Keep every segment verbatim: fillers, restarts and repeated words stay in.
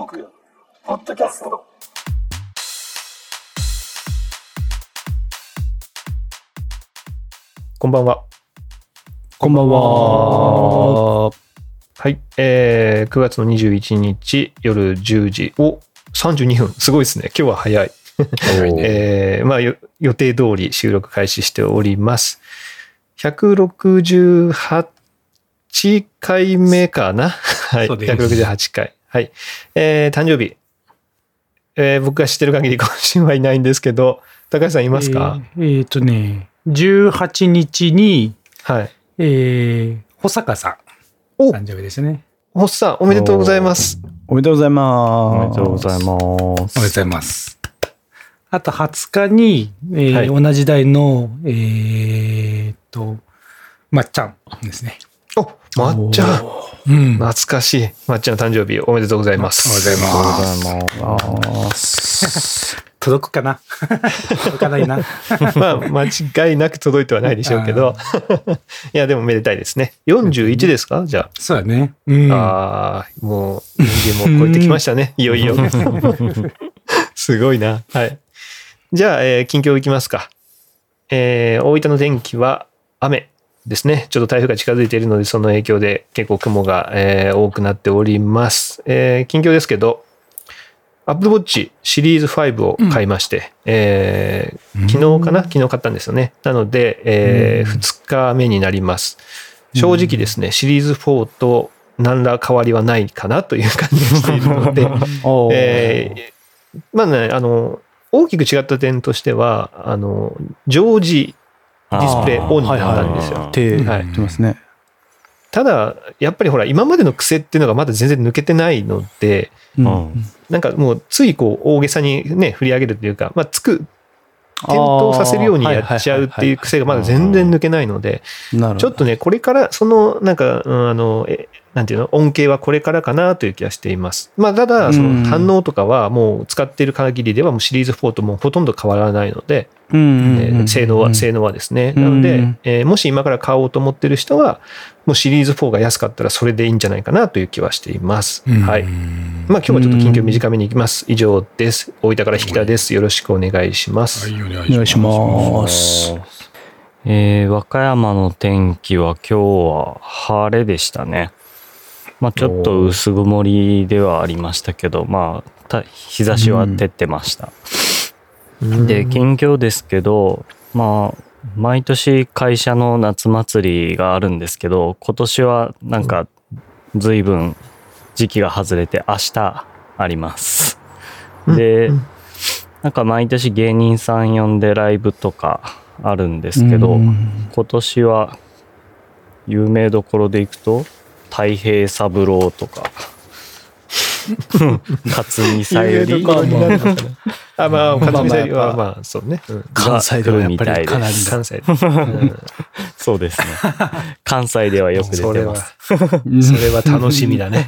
トークポッドキャスト。 こんばんは。 こんばんは。 はい、えー、くがつのにじゅういちにち夜じゅうじをさんじゅうにふん、すごいですね。今日は早い。早いね。えー、まあ予定通り収録開始しております。ひゃくろくじゅうはちかいめかな。はい、ひゃくろくじゅうはちかい。はい、えー、誕生日。えー、僕が知ってる限り今週はいないんですけど、高橋さんいますか？ えー、えー、とね、じゅうはちにちに、 はい。 えー、保坂さん、誕生日ですね。 保さん、おめでとうございます。 おめでとうございます。 おめでとうございます。おめでとうございます。あとはつかに、えーはい、同じ代の、えー、っと、まっちゃんですね。 お、まっちゃん。うん、懐かしい。まっちゃんの誕生日おめでとうございます。 おめでとうございます。届くかな届かないな。 まあ、間違いなく届いてはないでしょうけど。いや、でもめでたいですね。よんじゅういちですか？じゃあ。 そうだね。うん、 ああ、もう、人間も超えてきましたね。いよいよ。すごいな。はい。じゃあ、えー、近況いきますか。えー、大分の天気は雨ですね。ちょっと台風が近づいているので、その影響で結構雲が、えー、多くなっております。えー、近況ですけど、Apple Watch シリーズファイブを買いまして、うんえー、昨日かな昨日買ったんですよね。なので、えー、ふつかめになります。正直ですね、シリーズフォーと何ら変わりはないかなという感じがしているので、えー、まあね、あの、大きく違った点としては、あの、常時ディスプレイオンになったんですよ。 手入ってますね。 ただ、やっぱりほら、今までの癖っていうのがまだ全然抜けてないので、うん、なんかもうついこう大げさにね、振り上げるというか、まあ、つく、点灯させるようにやっちゃうっていう癖がまだ全然抜けないので、ちょっとね、これから、その、なんか、うん、あの、え、なんていうの、恩恵はこれからかなという気がしています。まあ、ただ、その反応とかはもう使っている限りではもうシリーズフォーともほとんど変わらないので、えー、性能は、性能はですね。なので、えー、もし今から買おうと思ってる人は、もうシリーズフォーが安かったらそれでいいんじゃないかなという気はしています。はい。まあ今日はちょっと近況短めに行きます。以上です。大分から引田です。よろしくお願いします。 はい、お願いします。 えー、和歌山の天気は今日は晴れでしたね。まあちょっと薄曇りではありましたけど、まあ日差しは照ってました。で、近況ですけど、まあ毎年会社の夏祭りがあるんですけど、今年はなんか随分時期が外れて明日あります。で、なんか毎年芸人さん呼んでライブとかあるんですけど、今年は有名どころでいくと太平三郎とか勝見さゆりあ、まあ、勝見さゆりはまあそうね、うん、 関西ではやっぱりかなり関西、 うん、そうですね。関西ではよく出てます。 それは、それは楽しみだね。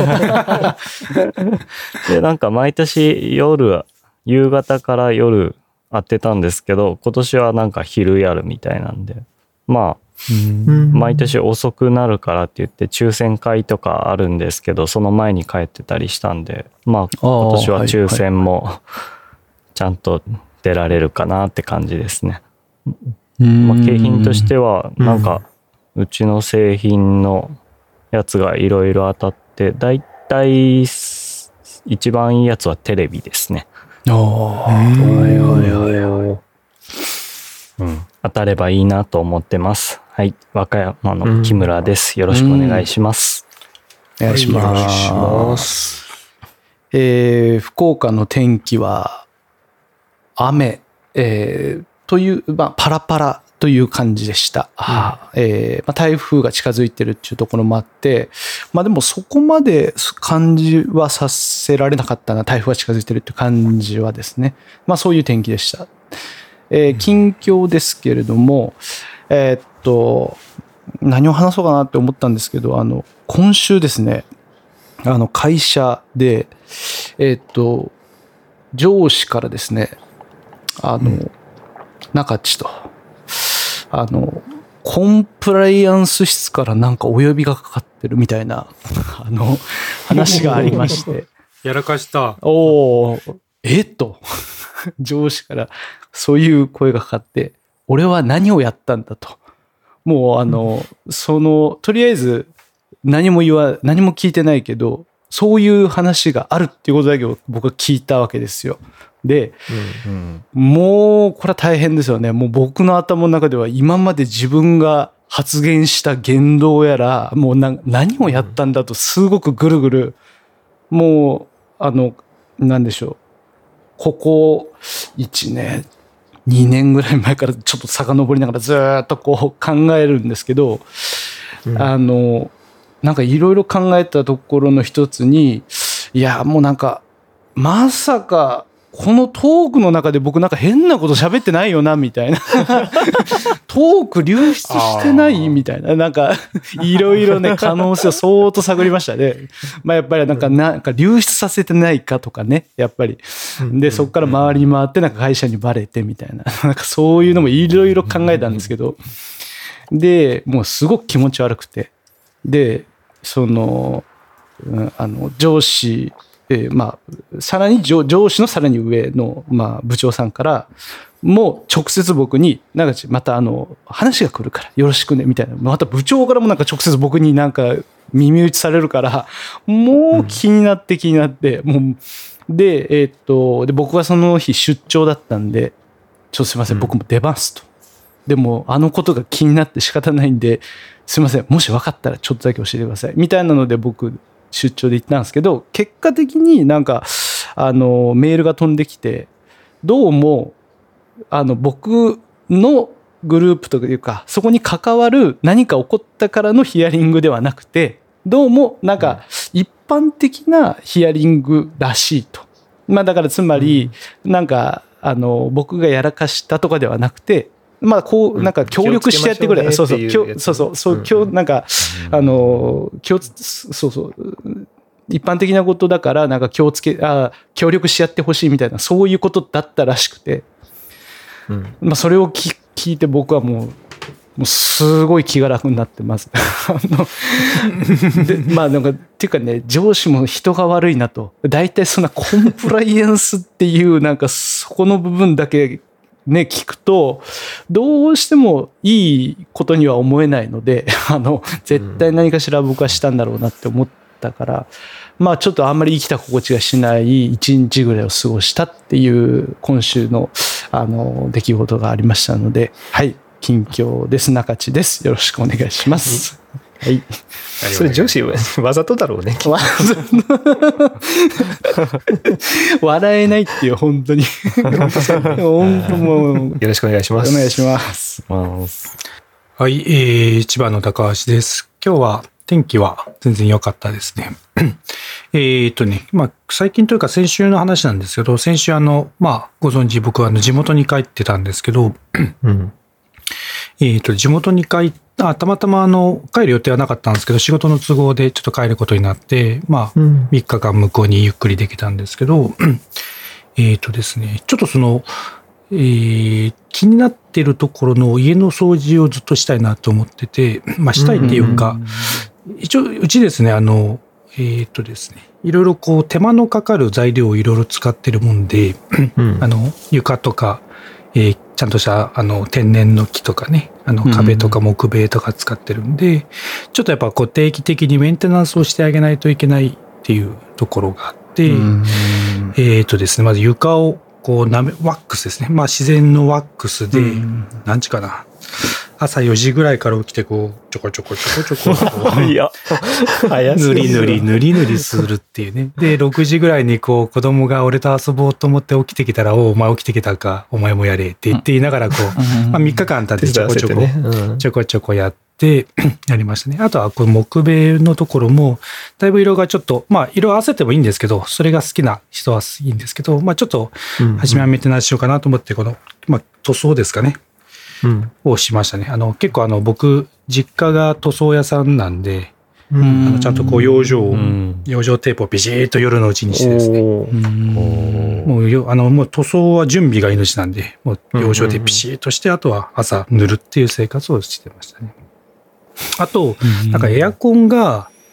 で、なんか毎年夜夕方から夜会ってたんですけど、今年はなんか昼やるみたいなんで、まあ毎年遅くなるからって言って抽選会とかあるんですけど、その前に帰ってたりしたんで、まあ今年は抽選もちゃんと出られるかなって感じですね。まあ、景品としてはなんかうちの製品のやつがいろいろ当たって、だいたい一番いいやつはテレビですね。 ああ、はいはいはいはい。 うん、当たればいいなと思ってます。はい、和歌山の木村です。よろしくお願いします。 お願いします。えー、福岡の天気は雨、えー、という、まあ、パラパラという感じでした。うんえーまあ、台風が近づいてるっていうところもあって、まあでもそこまで感じはさせられなかったな、台風が近づいてるっていう感じはですね。まあそういう天気でした。えー、近況ですけれども、えー、っと、何を話そうかなって思ったんですけど、あの、今週ですね、あの、会社で、えー、っと、上司からですね、あの、うん、中地と、あの、コンプライアンス室からなんかお呼びがかかってるみたいな、あの、話がありまして、 やらかした。 おー、えっと、上司からそういう声がかかって、俺は何をやったんだと。もうあの、その、とりあえず何も言わ、何も聞いてないけど、そういう話があるっていうことだけを僕は聞いたわけですよ。で、 うんもうこれは大変ですよね。もう僕の頭の中では今まで自分が発言した言動やら、もうな何をやったんだとすごくぐるぐる、もう、あの、なんでしょう。ここいちねん、にねんぐらい前からちょっと遡りながらずっとこう考えるんですけど、 うんあの、なんかいろいろ考えたところの一つに、いや、もうなんか、まさか、このトークの中で僕なんか変なこと喋ってないよな、みたいな。トーク流出してないみたいな。なんか、いろいろね、可能性を相当探りましたね。まあやっぱりなんか、なんか流出させてないかとかね、やっぱり。で、そこから回り回ってなんか会社にバレてみたいな。なんかそういうのもいろいろ考えたんですけど。で、もうすごく気持ち悪くて。で、その、うんあの、上司、えーまあ、さらに上、上司のさらに上の、まあ、部長さんからも直接僕になんかまたあの話が来るからよろしくねみたいな、また部長からもなんか直接僕になんか耳打ちされるからもう気になって気になって、うん、もうでえー、っとで僕はその日出張だったんでちょっとすいません、うん、僕も出ますと。でもあのことが気になって仕方ないんですいません、もし分かったらちょっとだけ教えてくださいみたいなので僕出張で行ったんですけど、結果的になんかあのメールが飛んできて、どうもあの僕のグループというかそこに関わる何か起こったからのヒアリングではなくて、どうもなんか一般的なヒアリングらしいと。まあだからつまりなんかあの僕がやらかしたとかではなくて、まあこうなんか協力してやってくれ、そうそうそうそうそう今日なんかあの気をそうそう一般的なことだからなんか気をつけあ協力しやってほしいみたいなそういうことだったらしくて、まあそれを聞聞いて僕はもうもうすごい気が楽になってます。でまあなんかっていうかね、上司も人が悪いなと。大体そんなコンプライアンスっていうなんかそこの部分だけね、聞くとどうしてもいいことには思えないので、あの絶対何かしら僕はしたんだろうなって思ったから、まあちょっとあんまり生きた心地がしない一日ぐらいを過ごしたっていう今週のあの出来事がありましたので、はい近況です。中地です。よろしくお願いします。はい。 それ上司わざとだろうね。 笑えないっていう本当に。本当もうよろしくお願いします。 お願いします。 はい、えー、千葉の高橋です。今日は天気は全然良かったですね。えっとね、まあ最近というか先週の話なんですけど、先週あのまあご存知僕はあの地元に帰ってたんですけど。うんえっと、地元に帰あたまたまあの帰る予定はなかったんですけど、仕事の都合でちょっと帰ることになって、まあ、みっかかん向こうにゆっくりできたんですけど、えっとですね、ちょっとその、えー、気になってるところの家の掃除をずっとしたいなと思ってて、まあ、したいっていうか、一応、うちですね、あの、えっとですね、いろいろこう手間のかかる材料をいろいろ使ってるもんで、あの、床とか、えー、ちゃんとしたあの天然の木とかね、あの壁とか木塀とか使ってるんで、うん、ちょっとやっぱこう定期的にメンテナンスをしてあげないといけないっていうところがあって、うん、えっとですね、まず床をこうなめワックスですね、まあ自然のワックスで、うん、何時かな、朝よじぐらいから起きてこうちょこちょこちょこちょこいや塗り塗り塗り塗りするっていうね。でろくじぐらいにこう子供が俺と遊ぼうと思って起きてきたら、おお前起きてきたか、お前もやれって言って言いながらこう、まあ、みっかかん経ってちょこちょこ、ねうん、ちょこちょこやってやりましたね。あとはこの木塀のところもだいぶ色がちょっと、まあ色合わせてもいいんですけど、それが好きな人はいいんですけど、まあちょっと初めはメンテナンスしようかなと思ってこの、まあ、塗装ですかね。うん、をしましたね。あの結構あの僕実家が塗装屋さんなんで、うん、あのちゃんとこう養生、うん、養生テープをビシッと夜のうちにしてですね、もうよあのもう塗装は準備が命なんで、もう養生でビシッとして、あとは朝塗るっていう生活をしてましたね。あとなんかエアコンが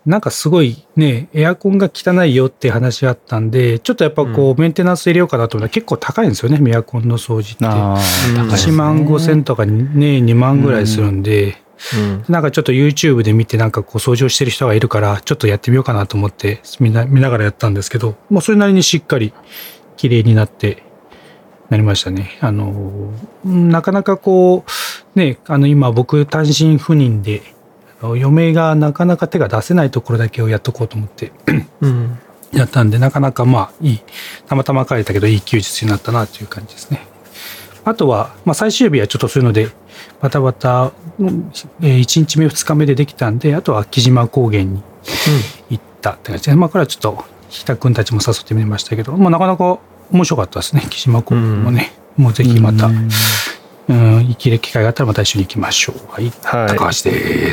なんかすごいね、エアコンが汚いよって話あったんで、ちょっとやっぱこう、うん、メンテナンス入れようかなと思ったら結構高いんですよね、エアコンの掃除って。あいちまんごせんとかね、にまんぐらいするんで、うん、なんかちょっと YouTube で見てなんかこう掃除をしてる人がいるから、ちょっとやってみようかなと思って見な、見ながらやったんですけど、もうそれなりにしっかり綺麗になって、なりましたね。あの、なかなかこう、ね、あの今僕単身赴任で、嫁がなかなか手が出せないところだけをやっとこうと思って、うん、やったんで、なかなかまあいい、たまたま帰ったけどいい休日になったなという感じですね。あとは、まあ最終日はちょっとそういうので、バタバタ、いちにちめふつかめでできたんで、あとは木島高原に行ったって感じで、うん、まあこれはちょっと、日田くんたちも誘ってみましたけど、まあなかなか面白かったですね、木島高原もね。うん、もうぜひまた、うんうん、生きる機会があったらまた一緒に行きましょう。はい。はい、高橋です。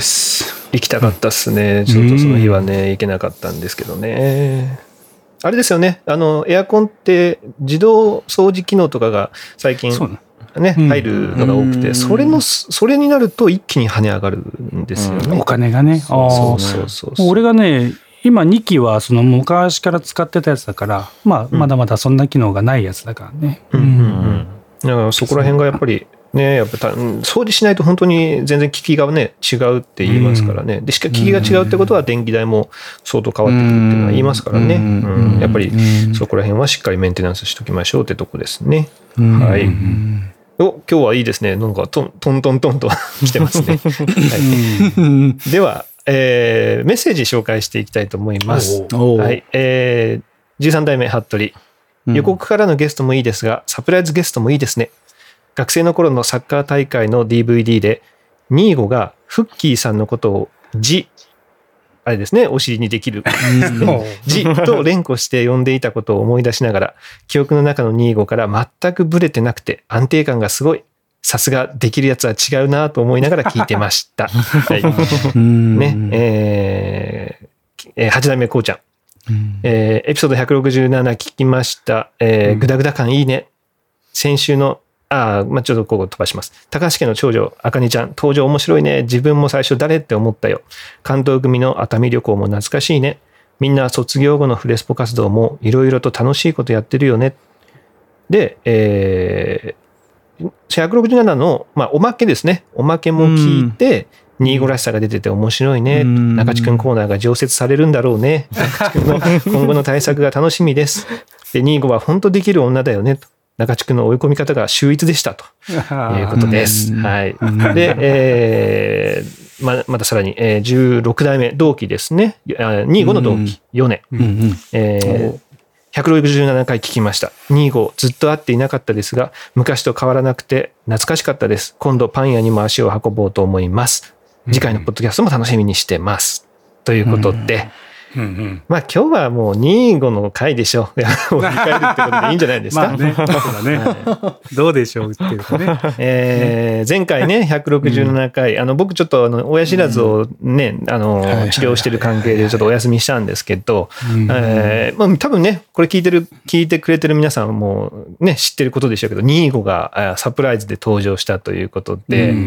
行きたかったっすね。ちょっとその日はね、行けなかったんですけどね。あれですよね。あの、エアコンって自動掃除機能とかが最近ね、うん、入るのが多くて、それの、それになると一気に跳ね上がるんですよね。 うん、お金がね。 そうそうそうそう。 俺がね、今にきはその昔から使ってたやつだから、まあ、まだまだそんな機能がないやつだからね。 うん。うんうんうんだからそこら辺がやっぱりね、やっぱ掃除しないと本当に全然効きがね、違うって言いますからね。で、しかも効きが違うってことは電気代も相当変わってくるっていうのは言いますからね。うん、やっぱりそこら辺はしっかりメンテナンスしときましょうってとこですね。はい。お、今日はいいですね。なんかトントントントンと来てますね。はい、では、えー、メッセージ紹介していきたいと思います。はい。えー、じゅうさん代目服部。予告からのゲストもいいですが、サプライズゲストもいいですね。学生の頃のサッカー大会の ディーブイディー で、ニーゴがフッキーさんのことをジ、あれですね、お尻にできる。ジと連呼して呼んでいたことを思い出しながら、記憶の中のニーゴから全くブレてなくて安定感がすごい。さすができるやつは違うなと思いながら聞いてました。はい。ね、えー、はち代目こうちゃん。うんえー、エピソードひゃくろくじゅうなな聞きました。えー、グダグダ感いいね。先週の、あまあ、ちょっとここ飛ばします。高橋家の長女、あかねちゃん、登場面白いね。自分も最初誰って思ったよ。関東組の熱海旅行も懐かしいね。みんな卒業後のフレスポ活動もいろいろと楽しいことやってるよね。で、えー、ひゃくろくじゅうななの、まあ、おまけですね。おまけも聞いて、うんニーゴらしさが出てて面白いね。中地くんコーナーが常設されるんだろうね。中地くんの今後の対策が楽しみです。で、ニーゴは本当できる女だよね。と中地くんの追い込み方が秀逸でした。ということです。はい。で、えー、ま、またさらに、えー、じゅうろく代目、同期ですね。ニーゴの同期、ヨネ。えーひゃくろくじゅうなな回聞きました。ニーゴずっと会っていなかったですが、昔と変わらなくて懐かしかったです。今度パン屋にも足を運ぼうと思います。次回のポッドキャストも楽しみにしてます。うん、ということで、うんうん、まあ今日はもうニーゴの回でしょう。振り返るってことでいいんじゃないですか。まあね、そうだね。 はい、どうでしょうっていうかね。 えー、前回ね、ひゃくろくじゅうなな回、うん、あの僕ちょっとあの親知らずをね、あの治療してる関係でちょっとお休みしたんですけど、えーまあ、多分ね、これ聞いてる、聞いてくれてる皆さんもね、知ってることでしょうけど、ニーゴがサプライズで登場したということで、うん、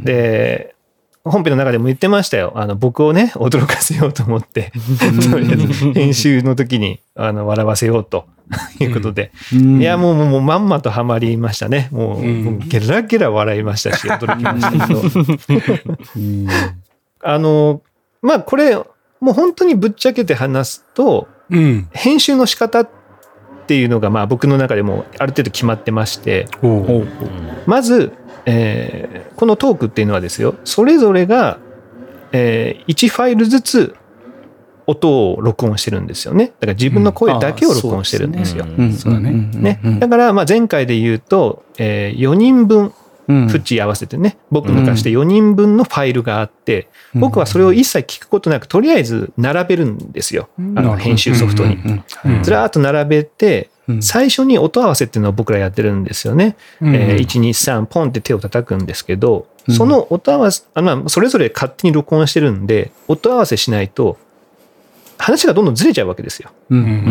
で、本編の中でも言ってましたよ。あの僕をね驚かせようと思ってとりあえず編集の時にあの笑わせようということで、うん、いやもうもうまんまとハマりましたね。もう、うん、もうゲラゲラ笑いましたし驚きましたけど、うん、あのまあこれもう本当にぶっちゃけて話すと、うん、編集の仕方っていうのがまあ僕の中でもある程度決まってまして、まずえー、このトークっていうのはですよ、それぞれが、えー、いちファイルずつ音を録音してるんですよね。だから自分の声だけを録音してるんですよ。だからまあ前回で言うと、えー、よにんぶんプチ合わせてね、僕抜かしてよにんぶんのファイルがあって、僕はそれを一切聞くことなくとりあえず並べるんですよ。あの編集ソフトにずらーっと並べて、最初に音合わせっていうのを僕らやってるんですよね。うんえー、いち、に、さんポンって手を叩くんですけど、うん、その音合わせ、あのそれぞれ勝手に録音してるんで、音合わせしないと話がどんどんずれちゃうわけですよ。うんうんうん、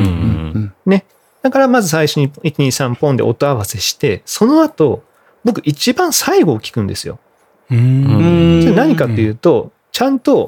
ね。だからまず最初にいち、に、さんポンで音合わせして、その後、僕一番最後を聞くんですよ。うんそれ何かっていうと、ちゃんと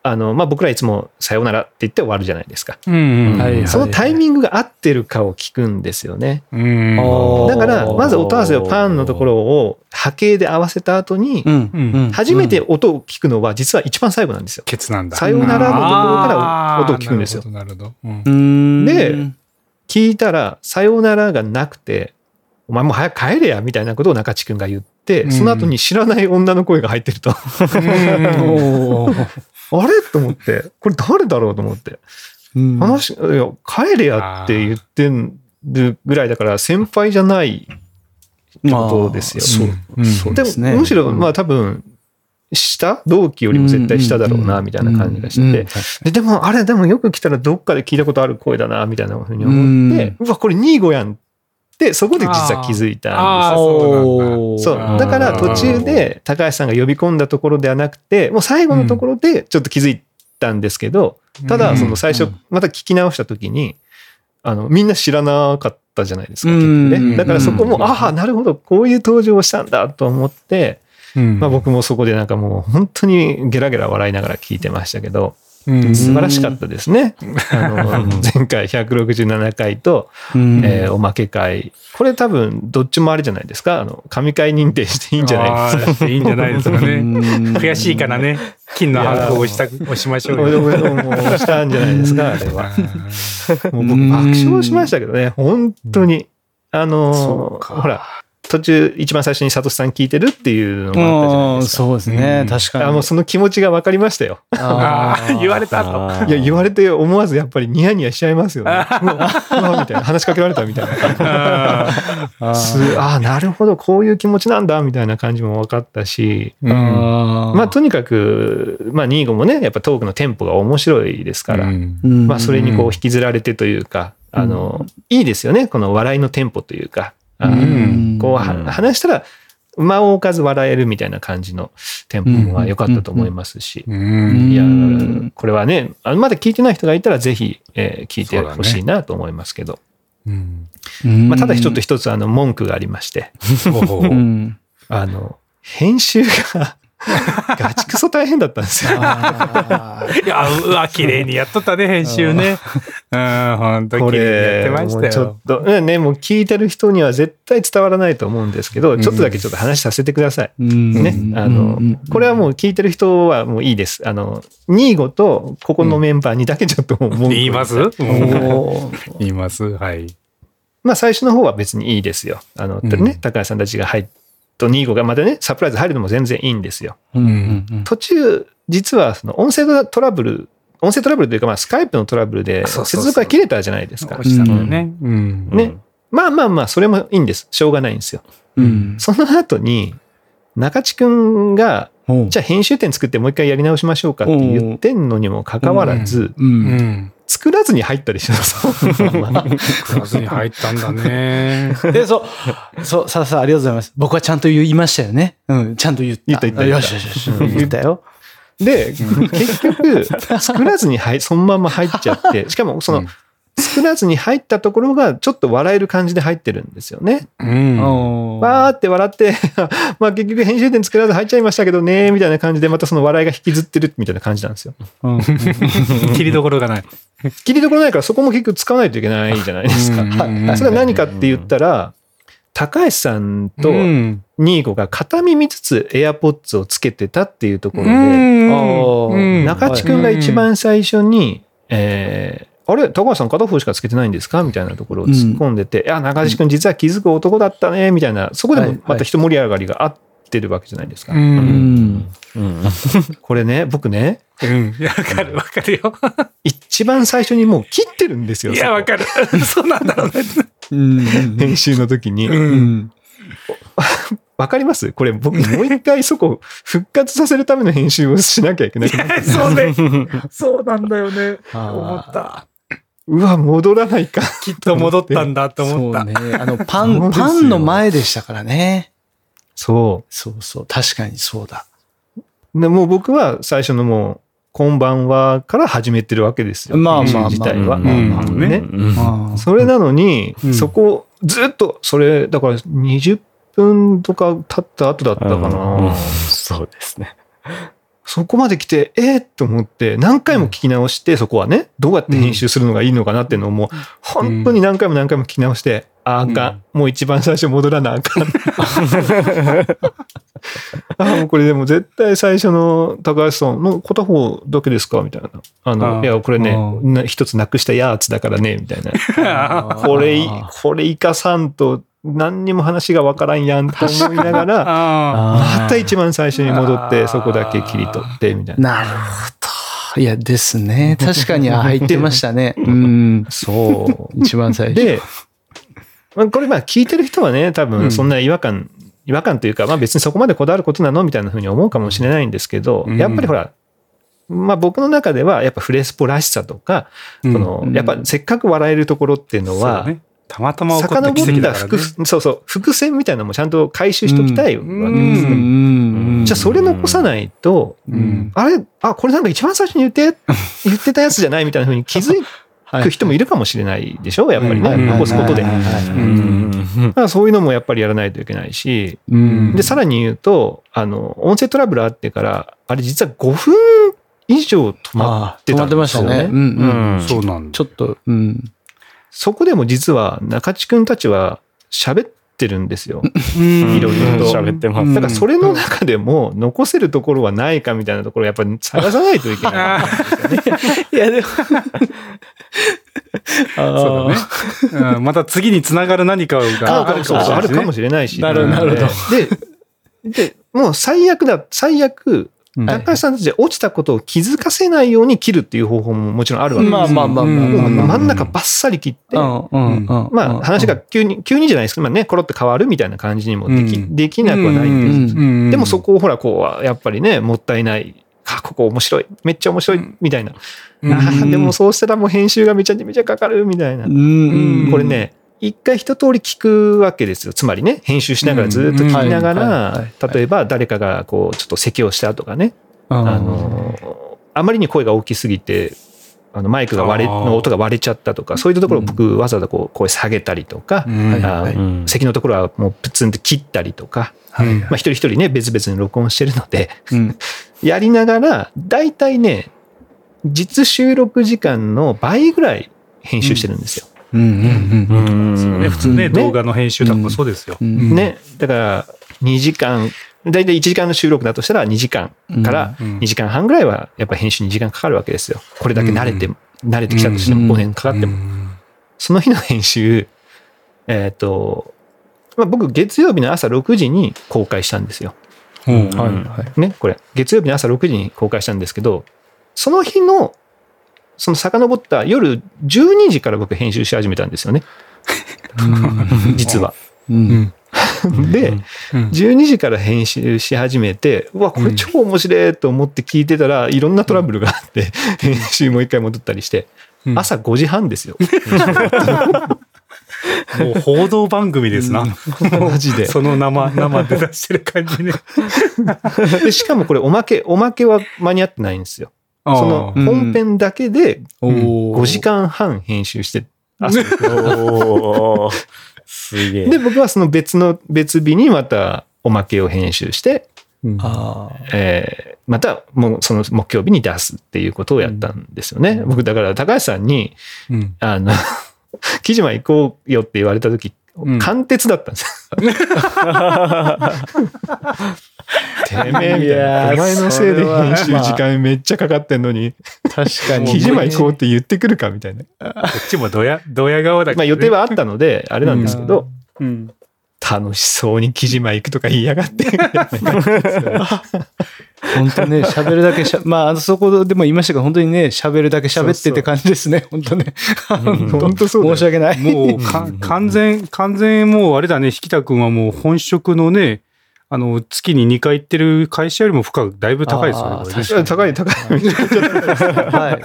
あの、まあ、僕らいつもさようならって言って終わるじゃないですか。 うんはいはいそのタイミングが合ってるかを聞くんですよね。 うんおーだから、まず音合わせをパンのところを波形で合わせた後にう、んうん初めて音を聞くのは実は一番最後なんですよ。 ケツなんだ。 さようならのところから音を聞くんですよあーなるほど、なるほど。 ううんんで聞いたら、さようならがなくて、お前もう早く帰れや、みたいなことを中地君が言って、その後に知らない女の声が入ってると。 おーあれと思って、これ誰だろうと思って。 うん話、いや、帰れやって言ってるぐらいだから、先輩じゃないことですよ。 まあうんそうでですね。 も、むしろ、まあ多分、下同期よりも絶対下だろうな、みたいな感じがして。で、でも、あれ、でもよく来たらどっかで聞いたことある声だな、みたいなふうに思って、うわ、これニーゴやんって、そこで実は気づいたんですあーよ。 そうそう。 なんだから途中で高橋さんが呼び込んだところではなくて、もう最後のところでちょっと気づいたんですけど、ただその最初、また聞き直した時に、あの、みんな知らなかったじゃないですか、結局ね。だからそこも、ああ、なるほど、こういう登場をしたんだと思って、 うんまあ僕もそこでなんかもう本当にゲラゲラ笑いながら聞いてましたけど、 うん素晴らしかったですね。あの、前回ひゃくろくじゅうななかいと、 うんえーおまけ会。これ多分どっちもあれじゃないですか。あの、神回認定していいんじゃないですか。 あーいいんじゃないですかね。 うん悔しいからね、金のハンコを押した押しましょうよ。 おめでとうもしたんじゃないですか、あれは。もう僕爆笑しましたけどね、本当に。あのー、ほら、途中一番最初にサトシさん聞いてるっていうのもあったじゃないうんですか。 そうですね。 うん確かに。 あもうその気持ちが分かりましたよ。 あー言われたと。 あーいや、言われて思わずやっぱりニヤニヤしちゃいますよね。うわうわみたいな。話しかけられたみたいな。 ああすああ、なるほど、こういう気持ちなんだ、みたいな感じも分かったし、 ーうんまあ、とにかく、まあ、ニーゴもね、やっぱトークのテンポが面白いですから、 うんうんまあ、それにこう引きずられてというか、あの、いいですよね、この笑いのテンポというか、あのうんこうは話したら、間を置かず笑えるみたいな感じのテンポは良かったと思いますし、 うんいやうん、 これはね、あのまだ聞いてない人がいたら、ぜひ、えー聞いてほしいなと思いますけど、 うんうんまあ、ただちょっと一つあの文句がありまして、 おーうんあの、編集がガチクソ大変だったんですよ。 あーいや、うわ、綺麗にやっとったね、編集ね。うん、ほんとこ綺麗にやれ、 ってましたよ。 もうちょっと、ねね、もう聞いてる人には絶対伝わらないと思うんですけど、ちょっとだけちょっと話させてください。 うんね。あの、これはもう聞いてる人はもういいです。あの、ニーゴとここのメンバーにだけちょっともう文句を言いますおー言いますはい。 まあ最初の方は別にいいですよ。あの、 うんね、高橋さんたちが入っとニーゴがまたね、サプライズ入るのも全然いいんですよ。 うんうんうん途中、実はその音声トラブル、音声トラブルというか、まあスカイプのトラブルでそうそうそう接続が切れたじゃないですか。 押したのよね。うん。 ね。まあまあまあ、それもいいんです。しょうがないんですよ。 うんその後に、中地くんが、 おうじゃあ編集点作ってもう一回やり直しましょうかって言ってんのにもかかわらず、 ううんん。 作らずに入ったでしょ、そのままクラスに入ったんだね。 で、そう、そう、さあさあ、ありがとうございます。僕はちゃんと言いましたよね。うん、ちゃんと言った。 言った言った言ったよしよしよし。言ったよ。 で、結局、作らずに入そのまま入っちゃって、しかもその、 うん作らずに入ったところがちょっと笑える感じで入ってるんですよね。 うん。 おーわーって笑って、まあ結局編集点作らず入っちゃいましたけどね、みたいな感じでまたその笑いが引きずってるみたいな感じなんですよ。 うん切りどころがない。 切りどころないからそこも結局使わないといけないじゃないですか。 うんそれは何かって言ったら、高橋さんとうんニーゴが片耳ずつ AirPods をつけてたっていうところで、 うん中地くんが一番最初に、えーあれ高橋さん片方しかつけてないんですかみたいなところを突っ込んでて、いや、中地くん実は気づく男だったね、みたいな、そこでもまた一盛り上がりがあってるわけじゃないですか。 う。 うんんうんこれね、僕ね、 うん。いや、わかる、わかるよ。 一番最初にもう切ってるんですよ。 いや、わかる。そうなんだろうね。 うん編集の時に。 う。 うんんわかりますこれ僕もう一回そこ復活させるための編集をしなきゃいけなくなって。 そうね。そうなんだよね。 あー思った。 うわ、戻らないか。 きっと戻ったんだと思った。 そうね。あの、パン、 そうですよパンの前でしたからね。 そそうそう。確かにそうだ。 う。でもう僕は最初のもう、こんばんはから始めてるわけですよ。 まあまあまあ編集自体は。 まあまあねねうんあーそれなのに、 うんそこ、ずっと、それ、だからにじゅっぷんとか経った後だったかな。 うんそうですね。 そこまで来て、えー、と思って、何回も聞き直して、そこはね、どうやって編集するのがいいのかなっていうのをもう、本当に何回も何回も聞き直して、ああかん、もう一番最初戻らなあかん。あもうこれでも絶対最初の高橋さんの片方だけですかみたいな。あの、あいや、これね、一つなくしたやつだからね、みたいな。これ、これ生かさんと、何にも話がわからんやんと思いながら、また一番最初に戻って、そこだけ切り取って、みたいな。 なるほど。いや、ですね。確かに入ってましたね。うん。そう。一番最初。 で、これまあ聞いてる人はね、多分そんな違和感、うん、違和感というか、まあ別にそこまでこだわることなのみたいなふうに思うかもしれないんですけど、やっぱりほら、まあ僕の中ではやっぱフレスポらしさとか、うん、このやっぱせっかく笑えるところっていうのは、ね、 たまたま起こった奇跡だからね。 そうそう、伏線みたいなのもちゃんと回収しときたいわけですね。じゃあそれ残さないと、うん、あれ、あ、これなんか一番最初に言って、言ってたやつじゃないみたいなふうに気づく人もいるかもしれないでしょやっぱりね、残すことで。だからそういうのもやっぱりやらないといけないし、で、さらに言うと、あの、音声トラブルあってから、あれ実はごふん以上止まってたんですよね。 止まってましたね。うんうん。 そうなんだ。 ちょっと、うん。 そこでも実は中地くんたちは喋ってるんですよ。いろいろと。 喋ってます。 だからそれの中でも残せるところはないかみたいなところをやっぱり探さないといけないんですよね。 いやでもそうだね。また次につながる何かがあるかもしれない、ね、あるかもしれないし。 なるほど。 で、で、もう最悪だ、最悪、高橋さんたちで落ちたことを気づかせないように切るっていう方法ももちろんあるわけです。 まあまあまあまあ。真ん中バッサリ切って、まあ話が急に、急にじゃないですけど、まあね、コロって変わるみたいな感じにもでき、できなくはないんです。でもそこをほら、こう、やっぱりね、もったいない。あ、ここ面白い。めっちゃ面白い。みたいな。あでもそうしたらもう編集がめちゃめちゃかかるみたいな。これね、一回一通り聞くわけですよ。つまりね、編集しながらずっと聞きながら、例えば誰かがこう、ちょっと咳をしたとかね、あの、あまりに声が大きすぎて、あのマイクが割れ、の音が割れちゃったとか、そういうところを僕わざわざこう声下げたりとか、咳のところはもうプツンって切ったりとか、まあ一人一人ね、別々に録音してるので、やりながら、だいたいね、実収録時間の倍ぐらい編集してるんですよ。 うんうんうんうん。普通ね、動画の編集とかもそうですよ。 ね。だから、にじかん、だいたいいちじかんの収録だとしたらにじかんからにじかんはんぐらいはやっぱ編集にじかんかかるわけですよ。これだけ慣れて、慣れてきたとしてもごねんかかっても。その日の編集、えっと、まあ、僕月曜日の朝ろくじに公開したんですよ。ね、これ。月曜日の朝ろくじに公開したんですけど、その日のその遡った夜じゅうにじから僕編集し始めたんですよね。実は。うん、で、じゅうにじから編集し始めて、うわ、これ超面白いと思って聞いてたら、いろんなトラブルがあって、編集もう一回戻ったりして、朝ごじはんですよ。 もう報道番組ですな。 マジで。 その生、生で出してる感じね。 でしかもこれおまけ、おまけは間に合ってないんですよ。その本編だけでごじかんはん編集して、 すげえ。 で、僕はその別の、別日にまたおまけを編集して、うんえー、またもうその木曜日に出すっていうことをやったんですよね。うん、僕だから高橋さんに、うん、あの、木島行こうよって言われた時、貫徹だったんですよ。てめえみたいな。お前のせいで編集時間めっちゃかかってんのに。 確かに。 木島行こうって言ってくるかみたいな。 こっちもドヤ、ドヤ顔だけど、ね。 まあ予定はあったので、あれなんですけど、うんうん、楽しそうに木島行くとか言いやがって。 本当ね、喋るだけしゃ、まあ、そこでも言いましたが、本当にね、喋るだけ喋ってって感じですね。本当ね。 本当そう。 申し訳ない。 もうか、完全、完全もうあれだね、引田くんはもう本職のね、あの、月ににかい行ってる会社よりも負荷だいぶ高いですよね。 これね高い、高い。はい。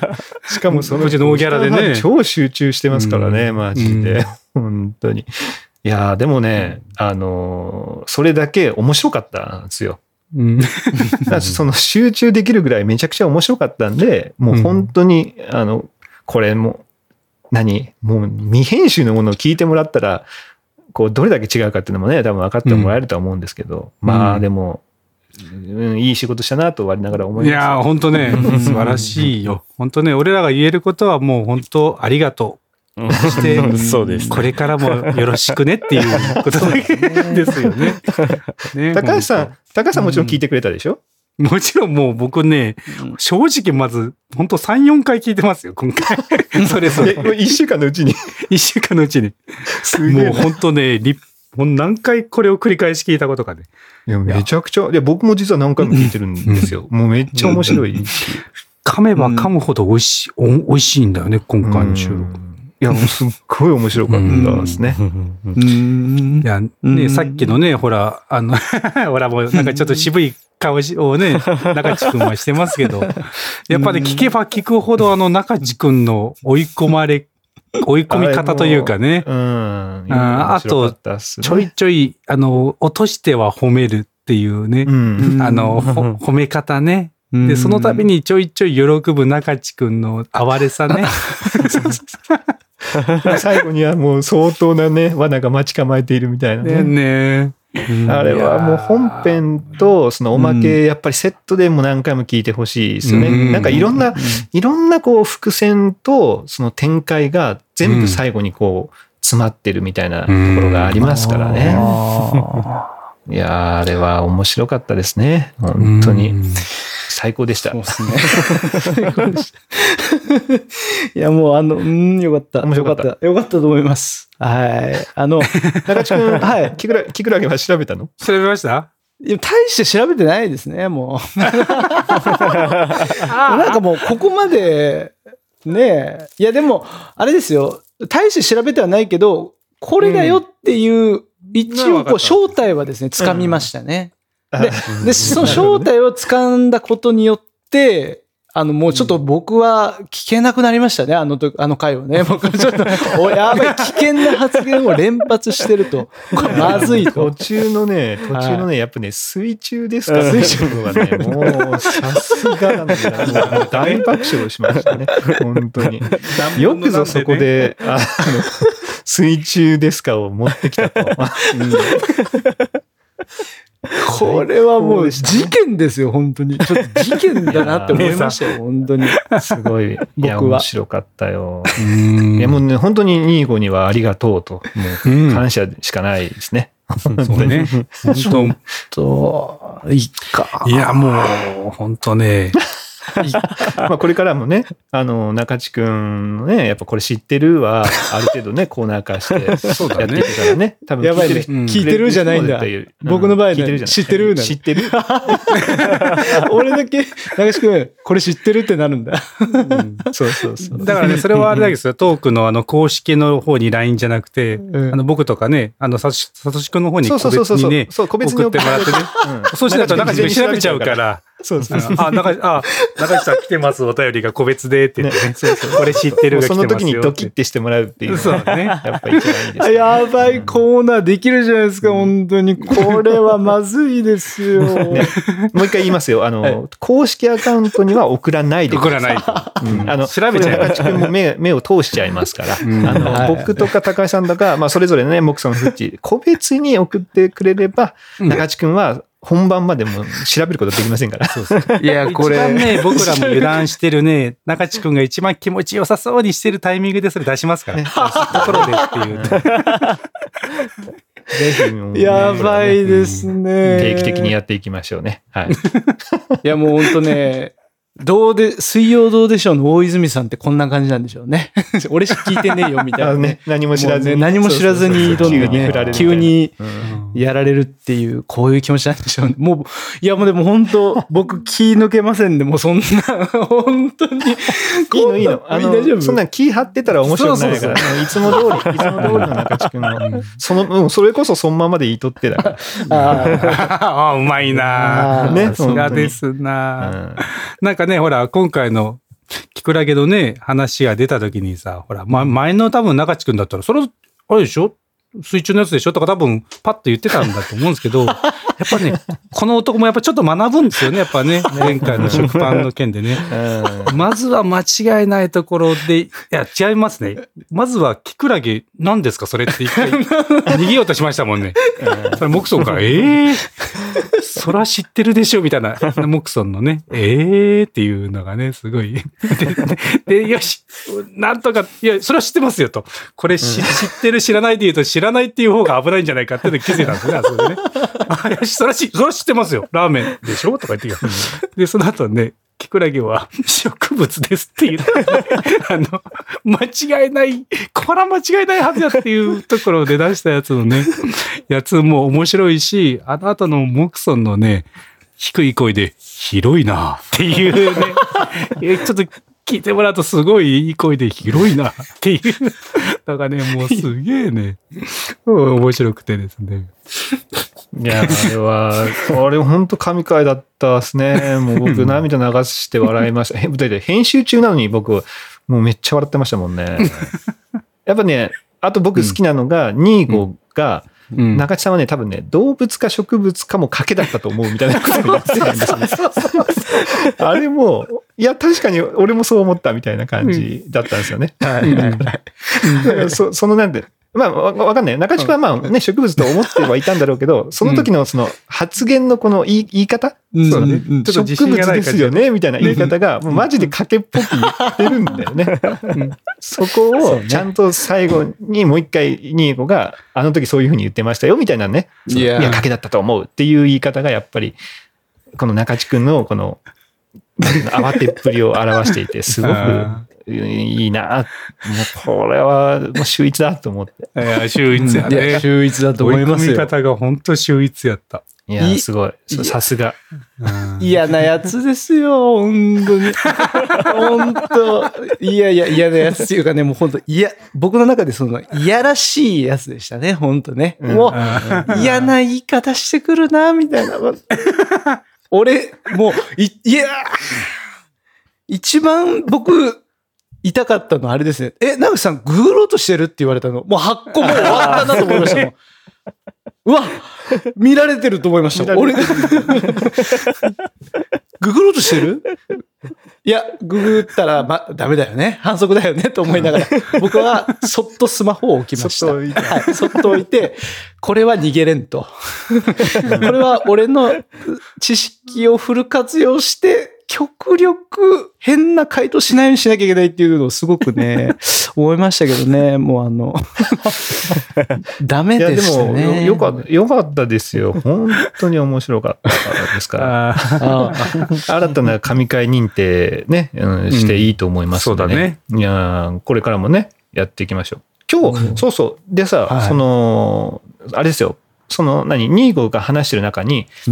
しかもそのうちノーギャラでね。超集中してますからね、マジで。本当に。いやー、でもね、あのー、それだけ面白かったんですよ。うん、その集中できるぐらいめちゃくちゃ面白かったんで、もう本当に、うん、あの、これも、何もう未編集のものを聞いてもらったら、こう、どれだけ違うかっていうのもね、多分分かってもらえるとは思うんですけど、うん、まあでも、 うん、いい仕事したなと我ながら思います。 いやー、本当ね、素晴らしいよ。本当ね、俺らが言えることはもう本当ありがとう。そして、 そうですね、 これからもよろしくねっていうことだけですよね。ね高橋さん、高橋さんもちろん聞いてくれたでしょ、 うん、もちろんもう僕ね、正直まず、本当さん、よんかい聞いてますよ、今回。それそれ。 いっしゅうかんのうちに。 いっしゅうかんのうちに。 すげえ。 もう本当ね、立もう何回これを繰り返し聞いたことかね。 いや、めちゃくちゃ、いや、僕も実は何回も聞いてるんですよ。もうめっちゃ面白い。 噛めば噛むほど美味しい、お美味しいんだよね、今回の収録。 いや、もうすっごい面白かったですね。 いや、ね、さっきのね、ほら、あの、ほらもうなんかちょっと渋い顔をね、中地くんはしてますけど、やっぱね、聞けば聞くほどあの中地くんの追い込まれ、追い込み方というかね。 うん。 あ, あと、ちょいちょい、あの、落としては褒めるっていうね。うん、あの、褒め方ね。で、その度にちょいちょい喜ぶ中地くんの哀れさね。 最後にはもう相当なね、罠が待ち構えているみたいなね。 ねあれはもう本編とそのおまけやっぱりセットでも何回も聞いてほしいですよね。うん、なんかいろんな、いろんなこう伏線とその展開が全部最後にこう詰まってるみたいなところがありますからね。いやー、あれは面白かったですね。本当に。最高でした。 そうですね。最高でした。いや、もうあの、うん、よかった。 面白かった。 よかった。よかったと思います。はい。あの、 中地君、はい。キクラ、キクラゲは調べたの？ 調べました？ いや、大して調べてないですね、もう。なんかもう、ここまで、ねえ。いや、でも、あれですよ。大して調べてはないけど、これだよっていう、うん、一応、こう、正体はですね、掴みましたね。うん、で、で、その正体を掴んだことによって、あの、もうちょっと僕は聞けなくなりましたね、あのと、あの回をね。僕はちょっと、お、やばい、危険な発言を連発してると。これまずいと。 途中のね、途中のね、はい、やっぱね、水中ですか、水中のがね、もう、さすがなんだよ。もう大爆笑しましたね。本当に。よくぞそこで、あの、水中ですかを持ってきたと。うんこれはもう事件ですよ、本当に。ちょっと事件だなって思いましたよ、本当に。 すごい。いや、面白かったよ。いや、もうね、本当にニーゴにはありがとうと、もう感謝しかないですね。 そうね。 本当、いいか。 いや、もう、本当ね。 まあこれからもね、あの、中地くんのね、やっぱこれ知ってるは、ある程度ね、コーナー化して、やっていくからね。多分やばいね。聞いてるじゃないんだ。僕の場合ね、知ってる知ってる俺だけ、中地くん、これ知ってるってなるんだ。 そうそうそう。 だからね、それはあれだけですよ。トークのあの、公式の方に ライン じゃなくて、あの、僕とかね、あの、さとしくんの方に個別にね、送ってもらってね。そうしないと中地くん調べちゃうから。 そうそうそう。 あ、中地、あ、中地さん来てます、お便りが個別でって言ってね。そうそう。これ知ってるが来てますよ。 その時にドキッてしてもらうっていう。 そうね。 やっぱり一番いいです。 やばいコーナーできるじゃないですか、本当に。これはまずいですよ。もう一回言いますよ。あの、公式アカウントには送らないでください。 送らない。 あの、 調べちゃう。 中地君も目、目を通しちゃいますから。あの、僕とか高橋さんとか、まあ、それぞれね、モクソン、フッチ、個別に送ってくれれば、中地君は、本番までも調べることできませんから。そうそういや、これ。一番ね、僕らも油断してるね、中地くんが一番気持ちよさそうにしてるタイミングでそれ出しますから。ところでっていう。 ぜひもう、ね、 やばいですね。 定期的にやっていきましょうね。はい。いや、もう本当ね、どうで、水曜どうでしょうの大泉さんってこんな感じなんでしょうね。俺し聞いてねえよみたいな、ねね。何も知らずに。 ね、何も知らずに挑んでね、急にやられるっていう、こういう気持ちなんでしょうね。もう、いやもうでも本当、僕気抜けませんで、もうそんな、本当に。 いいのいいの。あの、そんな気張ってたら面白くないから、いつも通り、いつも通りの中地君の、その、うん、それこそそのままで言いとってだから。 ああ、うまいなね。さすがですな、うん、なんかね、ほら、今回の、キクラゲのね、話が出た時にさ、ほら、ま、前の多分中地くんだったら、それ、あれでしょ水中のやつでしょとか多分、パッと言ってたんだと思うんですけど、 やっぱね、この男もやっぱちょっと学ぶんですよね、やっぱね。前回の食パンの件でね。まずは間違いないところで、いや、違いますね。まずは、キクラゲ、何ですかそれって一回、逃げようとしましたもんね。それ、モクソンから、ええー、そら知ってるでしょみたいな、モクソンのね、ええーっていうのがね、すごい。で、でよし、なんとか、いや、それは知ってますよと。これ知ってる知らないで言うと、知らないっていう方が危ないんじゃないかって気づいたんですよね、あそこでね。あ、よし、それは知ってますよ。ラーメンでしょとか言ってきた。で、その後ね、キクラゲは植物ですって言って、あの、間違いない、これは間違いないはずやっていうところで出したやつのね、やつも面白いし、あの後のモクソンのね、低い声で、広いなっていうね、ちょっと聞いてもらうとすごいいい声で広いなっていう、だからね、もうすげえね、面白くてですね。 いや、あれは、あれ本当神回だったですね。もう僕涙流して笑いました。だって編集中なのに僕、もうめっちゃ笑ってましたもんね。やっぱね、あと僕好きなのが、ニーゴが、うん、中地さんはね、多分ね、動物か植物かも賭けだったと思うみたいなことを言ってたんですよね。あれも、いや、確かに俺もそう思ったみたいな感じだったんですよね。はいはいはい。そ, そのなんで、まあ、わ, わかんない。中地君はまあね、植物と思ってはいたんだろうけど、その時のその発言のこの言い, 言い方、うん、そうだね、うん、ちょっと植物ですよね、みたいな言い方が、もうマジで賭けっぽく言ってるんだよね。うん、そこをちゃんと最後にもう一回ニーゴが、あの時そういうふうに言ってましたよ、みたいなね。いや、賭けだったと思うっていう言い方がやっぱり、この中地君のこの、慌てっぷりを表していて、すごく、いいな。もうこれはもう秀逸だと思って。 いや、秀逸やね。 いや秀逸だと思いますよ。 追い込み方が本当秀逸やった。 いや、すごい。さすが。 嫌なやつですよ、本当に。本当。いやいや、嫌なやつっていうかね、もう本当、いや、僕の中でその、いやらしいやつでしたね、本当ね。うん、もう、嫌な言い方してくるな、みたいな。俺、もう、い、いや、一番僕、痛かったのはあれですね。え、長瀬さん、ググろうとしてるって言われたの。もうはっこも終わったなと思いましたもん。うわ、見られてると思いました。俺、ググろうとしてる？いや、ググったら、ま、ダメだよね。反則だよね。と思いながら、僕はそっとスマホを置きました。そっと置いて、はい、そっと置いて、これは逃げれんと。これは俺の知識をフル活用して、極力変な回答しないようにしなきゃいけないっていうのをすごくね、思いましたけどね、もうあの、ダメでしたね。いや、でもよかった、よかったですよ。本当に面白かったですから。あ新たな神回認定ね、うん、していいと思いますので、ね、うん、そうだね。いや、これからもね、やっていきましょう。今日、うん、そうそう。でさ、はい、その、あれですよ。その何ニーゴが話してる中に、うん、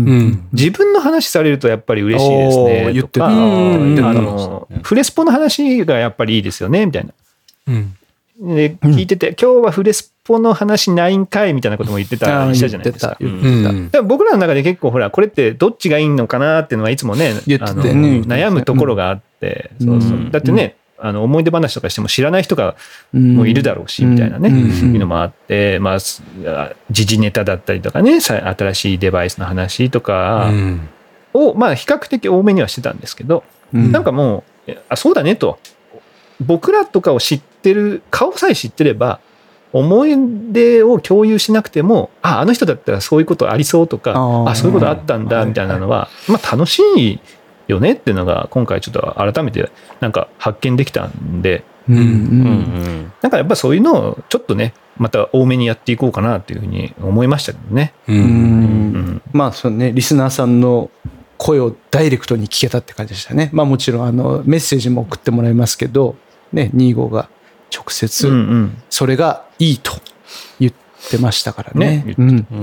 自分の話されるとやっぱり嬉しいですね言ってた、あのフレスポの話がやっぱりいいですよねみたいな、うん、で聞いてて、うん、今日はフレスポの話ないんかいみたいなことも言ってたりしたじゃないですか。でも僕らの中で結構ほらこれってどっちがいいのかなっていうのはいつもね、ねあの悩むところがあって、うん、そうそうだってね、うんあの思い出話とかしても知らない人がもういるだろうし、みたいなね、いうのもあって、まあ、時事ネタだったりとかね、新しいデバイスの話とかを、まあ、比較的多めにはしてたんですけど、なんかもう、あ、そうだねと。僕らとかを知ってる、顔さえ知ってれば、思い出を共有しなくても、あ、あの人だったらそういうことありそうとか、あ、そういうことあったんだ、みたいなのは、まあ、楽しいよねっていうのが今回ちょっと改めてなんか発見できたんで、うんうんうん、なんかやっぱそういうのをちょっとねまた多めにやっていこうかなっていうふうに思いましたけどね。うんうん、 まあそうね、リスナーさんの声をダイレクトに聞けたって感じでしたね。まあもちろんあのメッセージも送ってもらいますけどね、ニーゴが直接それがいいと言ってましたからね。ね、うんうん、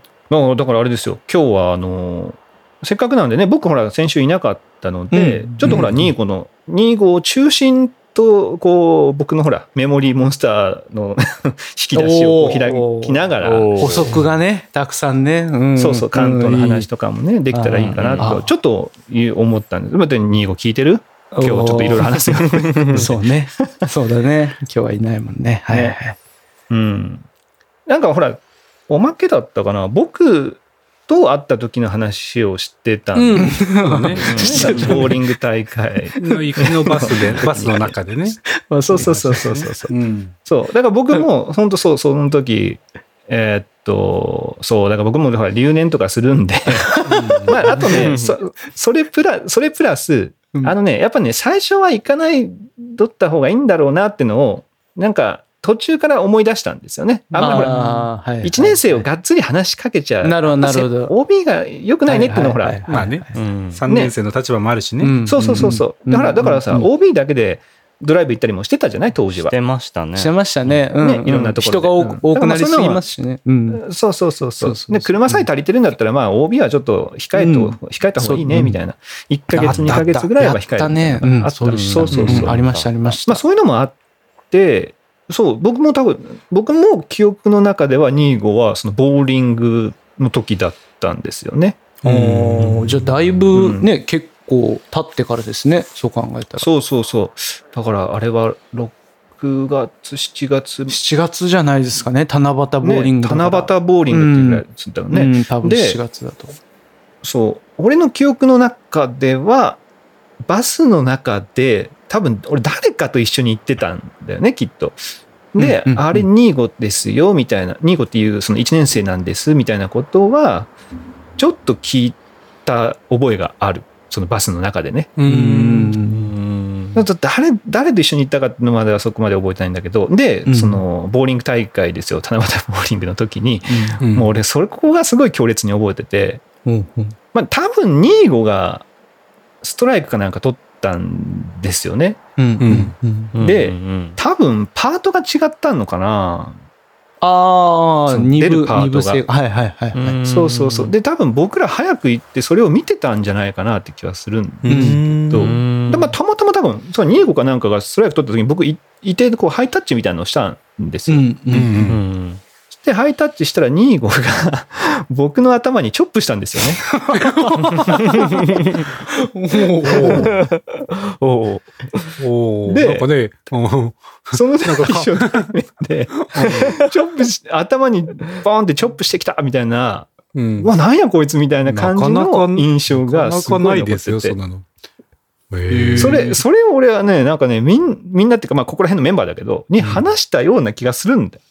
まあだからあれですよ、今日はあのせっかくなんでね、僕ほら先週いなかったので、うん、ちょっとほらニーゴの、ニーゴを中心とこう僕のほらメモリーモンスターの引き出しを開きながら補足がねたくさんね、 うん、そうそう関東の話とかもねできたらいいかなとちょっと思ったんです。またニーゴ聞いてる？今日ちょっといろいろ話すよ。 そうね、そうだね。今日はいないもんね。はい、はい、 うん。なんかほらおまけだったかな。僕と会った時の話をしてたんうん。 で、 そうね。 ボーリング大会。 の行きのバスで、バスの中でね。 そうそうそうそうそうそう。 うん。 そう。だから僕も、本当そう、その時、えーっと、そう、だから僕もほら留年とかするんで、まあ、あとね、そそれプラ、それプラス、 うんあのね、やっぱね、最初は行かないどった方がいいんだろうなってのを、なんか、途中から思い出したんですよね。あんまりほら、 あーはいいちねん生をがっつり話しかけちゃう。 なるほどなるほどオービー が良くないねっていうのはほら、 はいはいはいまあね。 うんさんねん生の立場もあるしね。 うんそうそうそうそう。だから、だからさ、 うんオービー だけでドライブ行ったりもしてたじゃない当時はし。てましたね。 してましたね。うんねいろんなところで人が多く多くなりすぎますしね。うん。 そうそうそうそう。 そうそうそうで、車さえ足りてるんだったら、まあ、オービー はちょっと控えと、 うん控えた方がいいね、 そうみたいな。いっかげつ、 あったにかげつぐらいは控えるやったね。 みたいなのがあったそうですそうそうそう。 んありました、ありました。 まあ、そういうのもあって、そう、僕も多分、僕も記憶の中ではにじゅうごは、その、ボーリングの時だったんですよね。 おーじゃあ、だいぶね、結構経ってからですね。そう考えたら。 そうそうそう。だから、あれは、ろくがつ、しちがつ、 しちがつじゃないですかね。七夕ボーリンね、 グだから。 七夕ボーリングっていうぐらいつったのね。 うん、多分でしちがつだと。 そう。俺の記憶の中では、バスの中で、多分、俺誰かと一緒に行ってたんだよね、きっと。で、 うんうんうんあれにじゅうごですよ、みたいな、にじゅうごっていうそのいちねん生なんです、みたいなことは、ちょっと聞いた覚えがある。そのバスの中でね。 う。 うん。 うんだと誰、誰と一緒に行ったかっていうのまではそこまで覚えてないんだけど、で、 うんその、ボーリング大会ですよ、七夕ボーリングの時に、 うんもう俺、それ、ここがすごい強烈に覚えてて、 うんうんまあ多分にじゅうごがストライクかなんか取ったんですよね。 うんうんうんでうん多分パートが違ったのかな。 ああ、 その二部、 出るパートが二部制。はいはいはいはい。 うんそうそうそう。で多分僕ら早く行ってそれを見てたんじゃないかなって気はするんでうんとうんでまあ、たまたま多分そのにじゅうごかなんかがストライク取った時に僕いいてこうハイタッチみたいなのをしたんですよ。 うんううんうんんでハイタッチしたらにじゅうごが僕の頭にチョップしたんですよね。おうおーでなんかね、うんその時一生懸命でチョップし頭にバーンってチョップしてきたみたいな、 うんうわなんやこいつみたいな感じの印象がすごなかないかない残ってですよ、そてん。なの。へーそれ、それを俺はね、なんかね、みんみんなっていうか、まあ、ここら辺のメンバーだけど、に話したような気がするんだよ。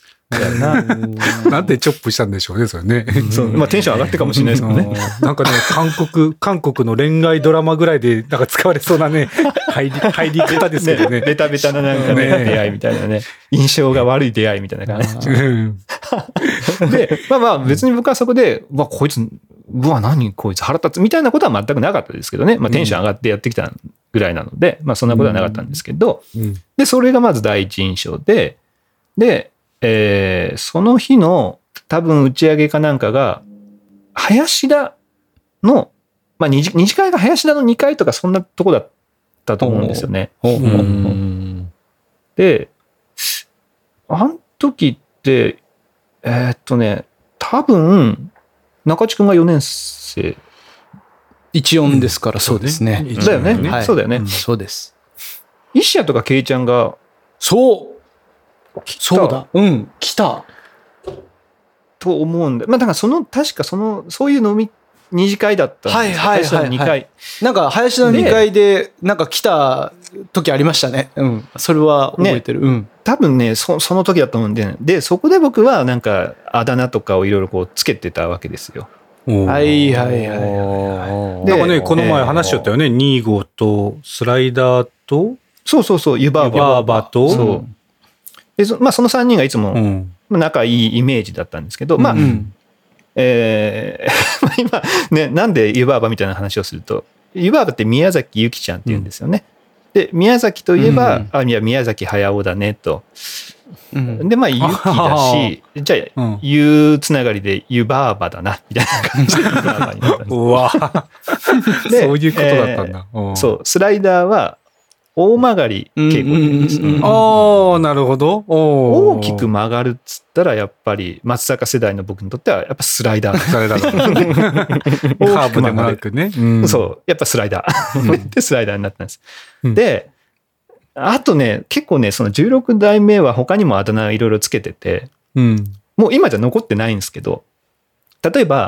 なんでチョップしたんでしょうね、それね。 そうまあ、テンション上がってかもしれないですけどね。 うんなんかね、韓国、韓国の恋愛ドラマぐらいで、なんか使われそうなね、入り、入り方ですけどね。 ベタベタななんかね、 ね出会いみたいなね。印象が悪い出会いみたいな感じ。 うんで、まあまあ別に僕はそこで、うわ、こいつ、うわ、何こいつ腹立つみたいなことは全くなかったですけどね。まあテンション上がってやってきたぐらいなので、まあそんなことはなかったんですけど、 うんで、それがまず第一印象で、で、えーその日の多分打ち上げかなんかが、林田の、まあ二次二次会が林田のにかいとかそんなとこだったと思うんですよね。 ほうほううほう。 んで、あの時って、えーっとね、多分、中地くんがよねん生。 一音ですから、そうですね。 だよね。 はいそうだよね。 そうです。 石谷とかケイちゃんがそうそうだ。うん。来た。 と思うんだ。まあだからその、確かその、そういう飲み、二次会だったんですよ。 はいはいはいはい林田のにかい。 なんか、林田のにかいで、なんか来た時ありましたね。うん。それは覚えてる。うん。 多分ね、そその時だと思うんで、で、そこで僕はなんか、あだ名とかをいろいろこうつけてたわけですよ。 はいはいはいはい。 なんかね、 でこの前話しちゃったよね。にじゅうごと、スライダーと、 そうそうそう、湯婆湯婆婆とそう。で、そまあそのさんにんがいつもうん。 仲いいイメージだったんですけど、まあ、 うんうん。 えーまあ今ね、なんで湯婆婆みたいな話をすると、湯婆婆って宮崎ゆきちゃんって言うんですよね。で、宮崎といえば、 うんあ、いや、宮崎駿だねと。 うん。 で、まあ、ゆきだし、じゃあ、 うん湯つながりで湯婆婆だな、みたいな感じで湯婆婆になったんです。 うわでそういうことだったんだ。うんそう、スライダーは、大曲り稽古って言うんです。 うんうんうんうんああ、なるほど。おー大きく曲がるっつったら、やっぱり、松坂世代の僕にとっては、やっぱスライダー。 それだろうね。カーブでもなくね。うんそう、やっぱスライダー。で、スライダーになったんです。 うんで、あとね、結構ね、そのじゅうろく代目は他にもあだ名いろいろつけてて、 うん。 もう今じゃ残ってないんですけど、例えば、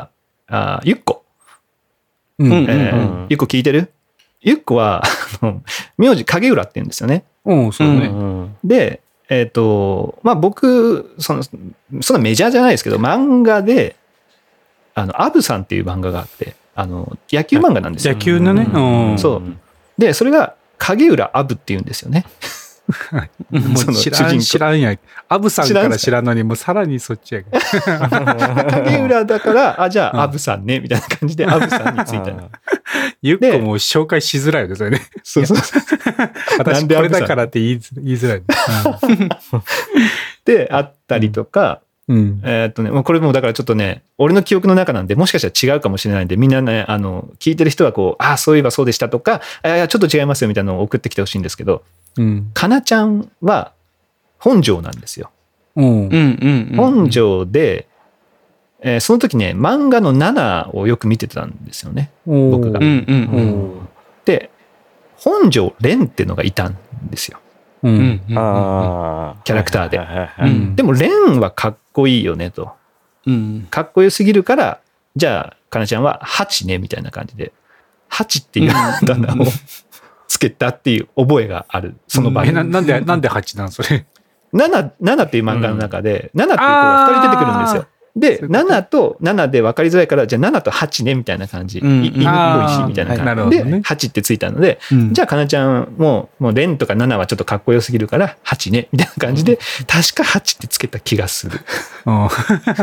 あゆっこ。 うん。 うんえーうんゆっこ聞いてる？ゆっこは、あの名字影浦って言うんですよね。 うん、そうね。 うんで、えっ、と、まあ僕、その、そんなメジャーじゃないですけど、漫画で、あの、アブさんっていう漫画があって、あの、野球漫画なんですよ。 野球のね。うん。 そうで、それが影浦アブって言うんですよね。 もそうの知らん、 主人公知らんや。アブさんから知らんのに、もうさらにそっちやけど。 影浦だから、あ、じゃあ、アブさんね、みたいな感じで、アブさんについたの。 ゆっこも紹介しづらいよね、それね。 そうそう。な私んでアブさんこれだからって言いづ言いづらいね。 で、あったりとか、 うん。 えーっとね、もうこれもだからちょっとね、俺の記憶の中なんで、もしかしたら違うかもしれないんで、みんなね、あの、聞いてる人はこう、ああ、そういえばそうでしたとか、あいや、ちょっと違いますよみたいなのを送ってきてほしいんですけど、 うん。 かなちゃんは本庄なんですよ。 うんうんうんうん。 本庄で、えーその時ね、漫画のななをよく見てたんですよね。僕がうんうんううん。 ん。 で、本庄蓮ってのがいたんですよ。 う。 うんんうんあーキャラクターではいはいはいはいうんでも蓮はかっこいいよねと。 うん。 かっこよすぎるから、じゃあ、かなちゃんはハチね、みたいな感じで、ハチっていうあだ名をつけたっていう覚えがある、その場え、 合。 ななんで、なんではちなんそれ。 ナナ、ナナっていう漫画の中で、ナナっていう子がふたり出てくるんですよ。で、ナナとナナで分かりづらいから、じゃあナナとハチね、みたいな感じ。いうん犬っぽいし、みたいなあーなる感じで、 ほどねハチってついたので、 うんじゃあかなちゃんも、もうレンとかナナはちょっとかっこよすぎるから、ハチね、みたいな感じで、確かハチってつけた気がする。 うんうん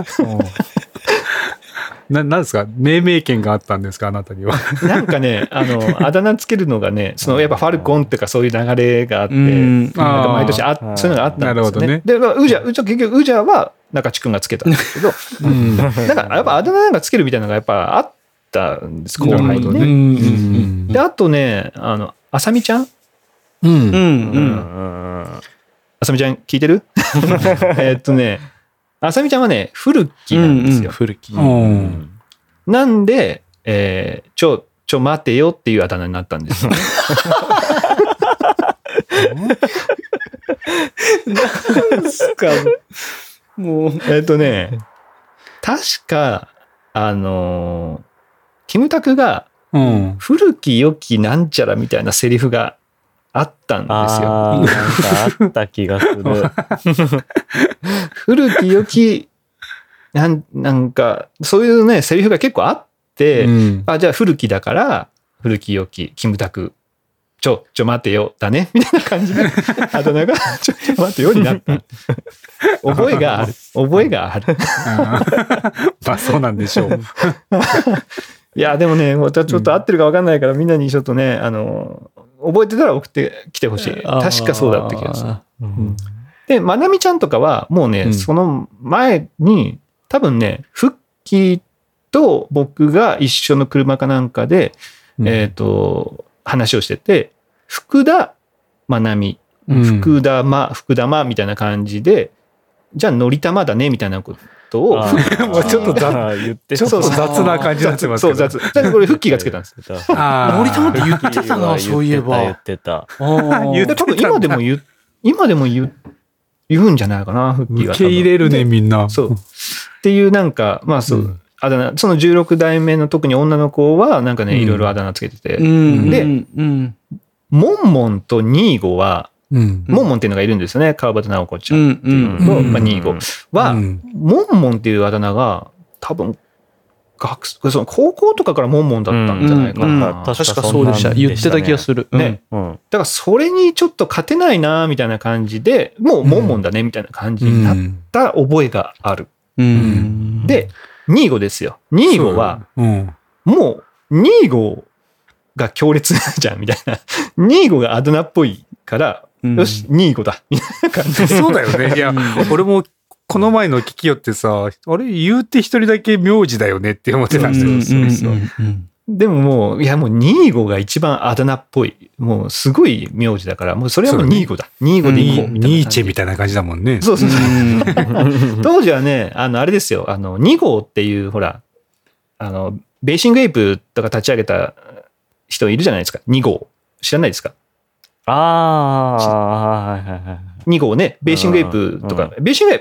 な、なんですか命名権があったんですかあなたには。 なんかね、あの、あだ名つけるのがね、そのやっぱファルコンっていうかそういう流れがあって、 うんなんか毎年ああーそういうのがあったんですよね。 なるほどねで、まあウジャ、うちは結局ウジャは中地くんがつけたんですけど、 うん。 なんかやっぱあだ名なんかつけるみたいなのがやっぱあったんです、後輩にね。 うんうんで、あとね、あの、あさみちゃんうん。 うんうんうん。 うんあさみちゃん聞いてるえーっとね、あさみちゃんはね、古きなんですよ。 古き。 うん。 なんで、えーちょ、ちょ待てよっていうあだ名になったんですよ。 なんすか。もう。 えっとね、確か、あのーキムタクがうん。 古き良きなんちゃらみたいなセリフがあったんですよ。 あーなんかあった気がする。 古き良き、なんなんか、そういうね、セリフが結構あって、 うんあ、じゃあ古きだから、古き良き、キムタク、ちょ、ちょ待てよ、だね、みたいな感じで、あだ名が、ちょ、ちょ待てよになった。覚えがある。覚えがある。 まあそうなんでしょう。 いや、でもね、またちょっと合ってるか分かんないから、みんなにちょっとね、あの、覚えてたら送ってきてほしい。確かそうだった気がする。 うんで、まなみちゃんとかは、もうね、 うんその前に、多分ね、フッキーと僕が一緒の車かなんかで、 うんえっ、と、話をしてて、福田まなみ、 うん福田ま、福田まみたいな感じで、じゃあ乗り玉だね、みたいなことを、 あフーもうちょっと雑言ってちょっと雑な感じになってますそう、 けど。 雑。だからこれフッキーがつけたんです。 あー森玉って言ってたな、そういえば。 言ってた。 言ってで多分今でも言う、今でも言う、言うんじゃないかな、フッキーが。 受け入れるね、みんな。 そう。っていうなんか、まあそう、 うんあだ名、そのじゅうろく代目の特に女の子はなんかね、 うんいろいろあだ名つけてて、 うん。 でうんうん。 モンモンとニーゴは、 うん。 モンモンっていうのがいるんですよね、川端直子ちゃん。 うんうんと、 うんまあ、ニーゴは、 うんモンモンっていうあだ名が、多分、学生その高校とかからモンモンだったんじゃないかな。 うんうんだ確確かそうでした。言ってた気がする。 ねうん。 からそれにちょっと勝てないな、みたいな感じで、もうモンモンだね、みたいな感じになった覚えがある。 うん。うん。 で、ニーゴですよ。ニーゴは、 うん。 もう、ニーゴが強烈じゃん、みたいな。ニーゴがあだ名っぽいから、 うんよし、ニーゴだ、みたいな感じで。 そうだよね。いや、俺もこの前の聞きよってさ、あれ言うて一人だけ名字だよねって思ってたんですよ。 うんそうそううんでももう、いやもうニーゴが一番あだ名っぽい。もうすごい名字だから、もうそれはもうニーゴだ。ニーゴでいこう、みたいな感じ。 ニーチェみたいな感じだもんね。 そうそうそう。 うん当時はね、あの、あれですよ。あの、に号っていう、ほら、あの、ベーシングエイプとか立ち上げた人いるじゃないですか。に号。知らないですか？ ああ、はいはいはい。 に号ね、ベーシングエイプとか、ベーシングエイプ、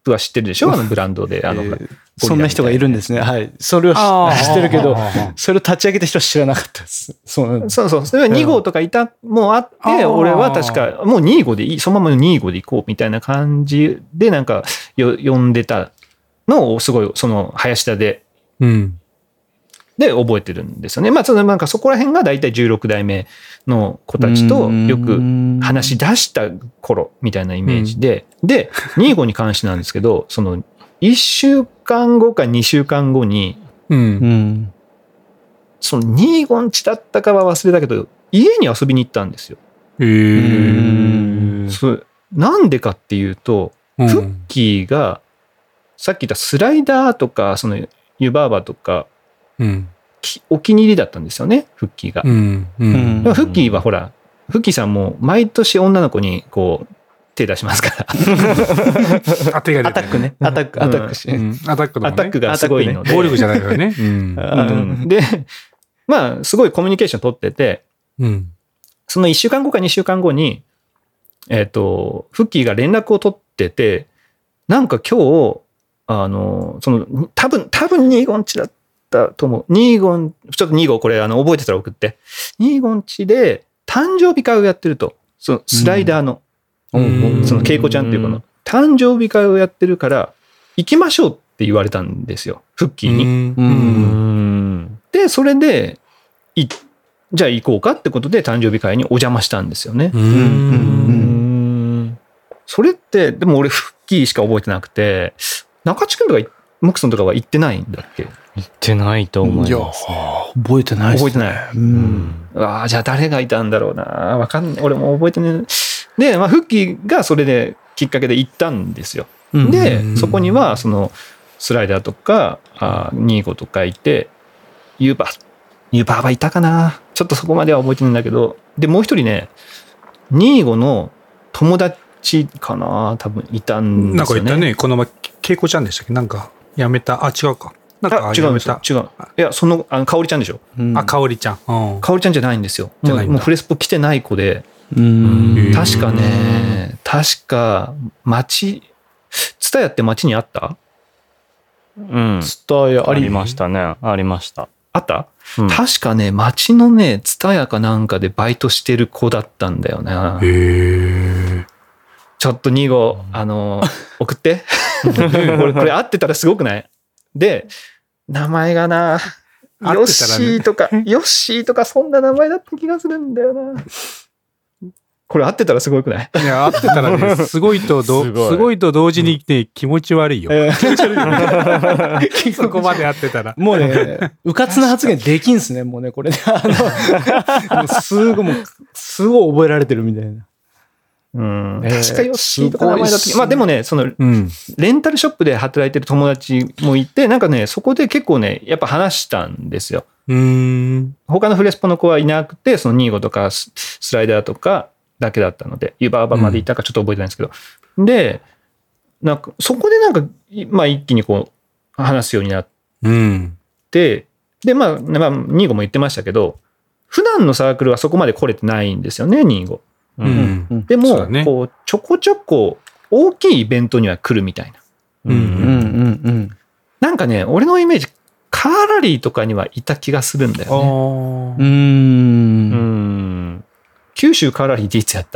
プは知ってるでしょ、あのブランドで。あの、 えーそんな人がいるんですね。はい。それを知知ってるけど、それを立ち上げた人は知らなかったです。そうなんです。 そうそう。それはに号とかいた、もあって、 あー俺は確か、もうに号でいい、そのままに号で行こうみたいな感じで、なんか、よ、呼んでたのを、すごい、その、林田で、 うん。 で覚えてるんですよね。まあ、そのなんかそこら辺が大体じゅうろく代目の子たちとよく話し出した頃みたいなイメージで、で、に号に関してなんですけど、その、いっしゅうかんごかにしゅうかんごに、 うん。 うん。 そのに号んちだったかは忘れたけど、家に遊びに行ったんですよ。 へー。 それなんでかっていうと、 うんフッキーが、さっき言ったスライダーとか、その湯婆婆とか、 うん。 きお気に入りだったんですよね、フッキーが。 うん。ううんん。 だからフッキーはほら、フッキーさんも毎年女の子にこう手出しますから。 あ、手が出てるアタックね。アタック、アタックし。 うんアタックのねアタックがすごいので。 暴力じゃないからね。うん。 うんで、まあ、すごいコミュニケーション取ってて、 うん。 そのいっしゅうかんごかにしゅうかんごに、えっと、フッキーが連絡を取ってて、なんか今日、あの、その、多分、多分に号んちだったと思う。に号ん、ちょっとに号これ、あの、覚えてたら送って。に号んちで誕生日会をやってると。そのスライダーの、 うんその恵子ちゃんっていう子の、誕生日会をやってるから、行きましょうって言われたんですよ。フッキーに。 うん。 う。 うんん。 で、それで、い、じゃあ行こうかってことで誕生日会にお邪魔したんですよね。 う。 うんうん。 それって、でも俺フッキーしか覚えてなくて、中地君とかムクソンとかは行ってないんだっけ？ 行ってないと思いいや、 ます。 覚えてないですね。 覚えてない。 う。 うんん。 ああ、じゃあ誰がいたんだろうな。わかんない。俺も覚えてない。で、まあ、フッキーがそれできっかけで行ったんですよ。 うんで、 うんそこには、その、スライダーとか、あーニーゴとかいて、ユーバー、ユーバーはいたかな。ちょっとそこまでは覚えてないんだけど、で、もう一人ね、ニーゴの友達かな、多分いたんですよね。 なんか言ったね。この前、恵子ちゃんでしたっけなんか、やめた。あ、違うか。なんか、 あ、違うんですやめた。。 よ違う。いや、その、あの、かおりちゃんでしょ。 うんあ、かおりちゃん。うん。 かおりちゃんじゃないんですよ。 じゃないんだもうフレスポ来てない子で、 うん。 へー確かね、確か、町、ツタヤって町にあったうん。 スターやありましたね。ありました。 あった、 うん確かね、町のね、ツタヤかなんかでバイトしてる子だったんだよな。 へえ。 ちょっとに号、あの、送って。これ、これ合ってたらすごくない？で、名前がな、 合ヨッってたらねシーとか、ヨッシーとかそんな名前だった気がするんだよな。これ合ってたらすごくない？ いや、合ってたらね、すごいとど、 すごいすごいと同時にね、気持ち悪いよ。 えーそこまで合ってたら。 もうね、うかつな発言できんすね、もうね、これね。あの、もうすごい、もう、すごい覚えられてるみたいな。 うん。 えー確かヨッシーとか名前だった気すごいっすねまあでもね、その、 うん。 レンタルショップで働いてる友達もいて、なんかね、そこで結構ね、やっぱ話したんですよ。 うーん。 他のフレスポの子はいなくて、そのニーゴとかススライダーとかだけだったので、ユバーバまでいたかちょっと覚えてないんですけど。で、なんか、そこでなんか、いまあ一気にこう、話すようになっうん。 て、で、まあ、まあ、ニーゴも言ってましたけど、普段のサークルはそこまで来れてないんですよね、ニーゴ。 ううんん。 でも、 そうだねこう、ちょこちょこ大きいイベントには来るみたいな。 うんうんうんうん。 なんかね、俺のイメージ、カーラリーとかにはいた気がするんだあよね。 うーー。 うんん。 九州カーラリーっていつやった？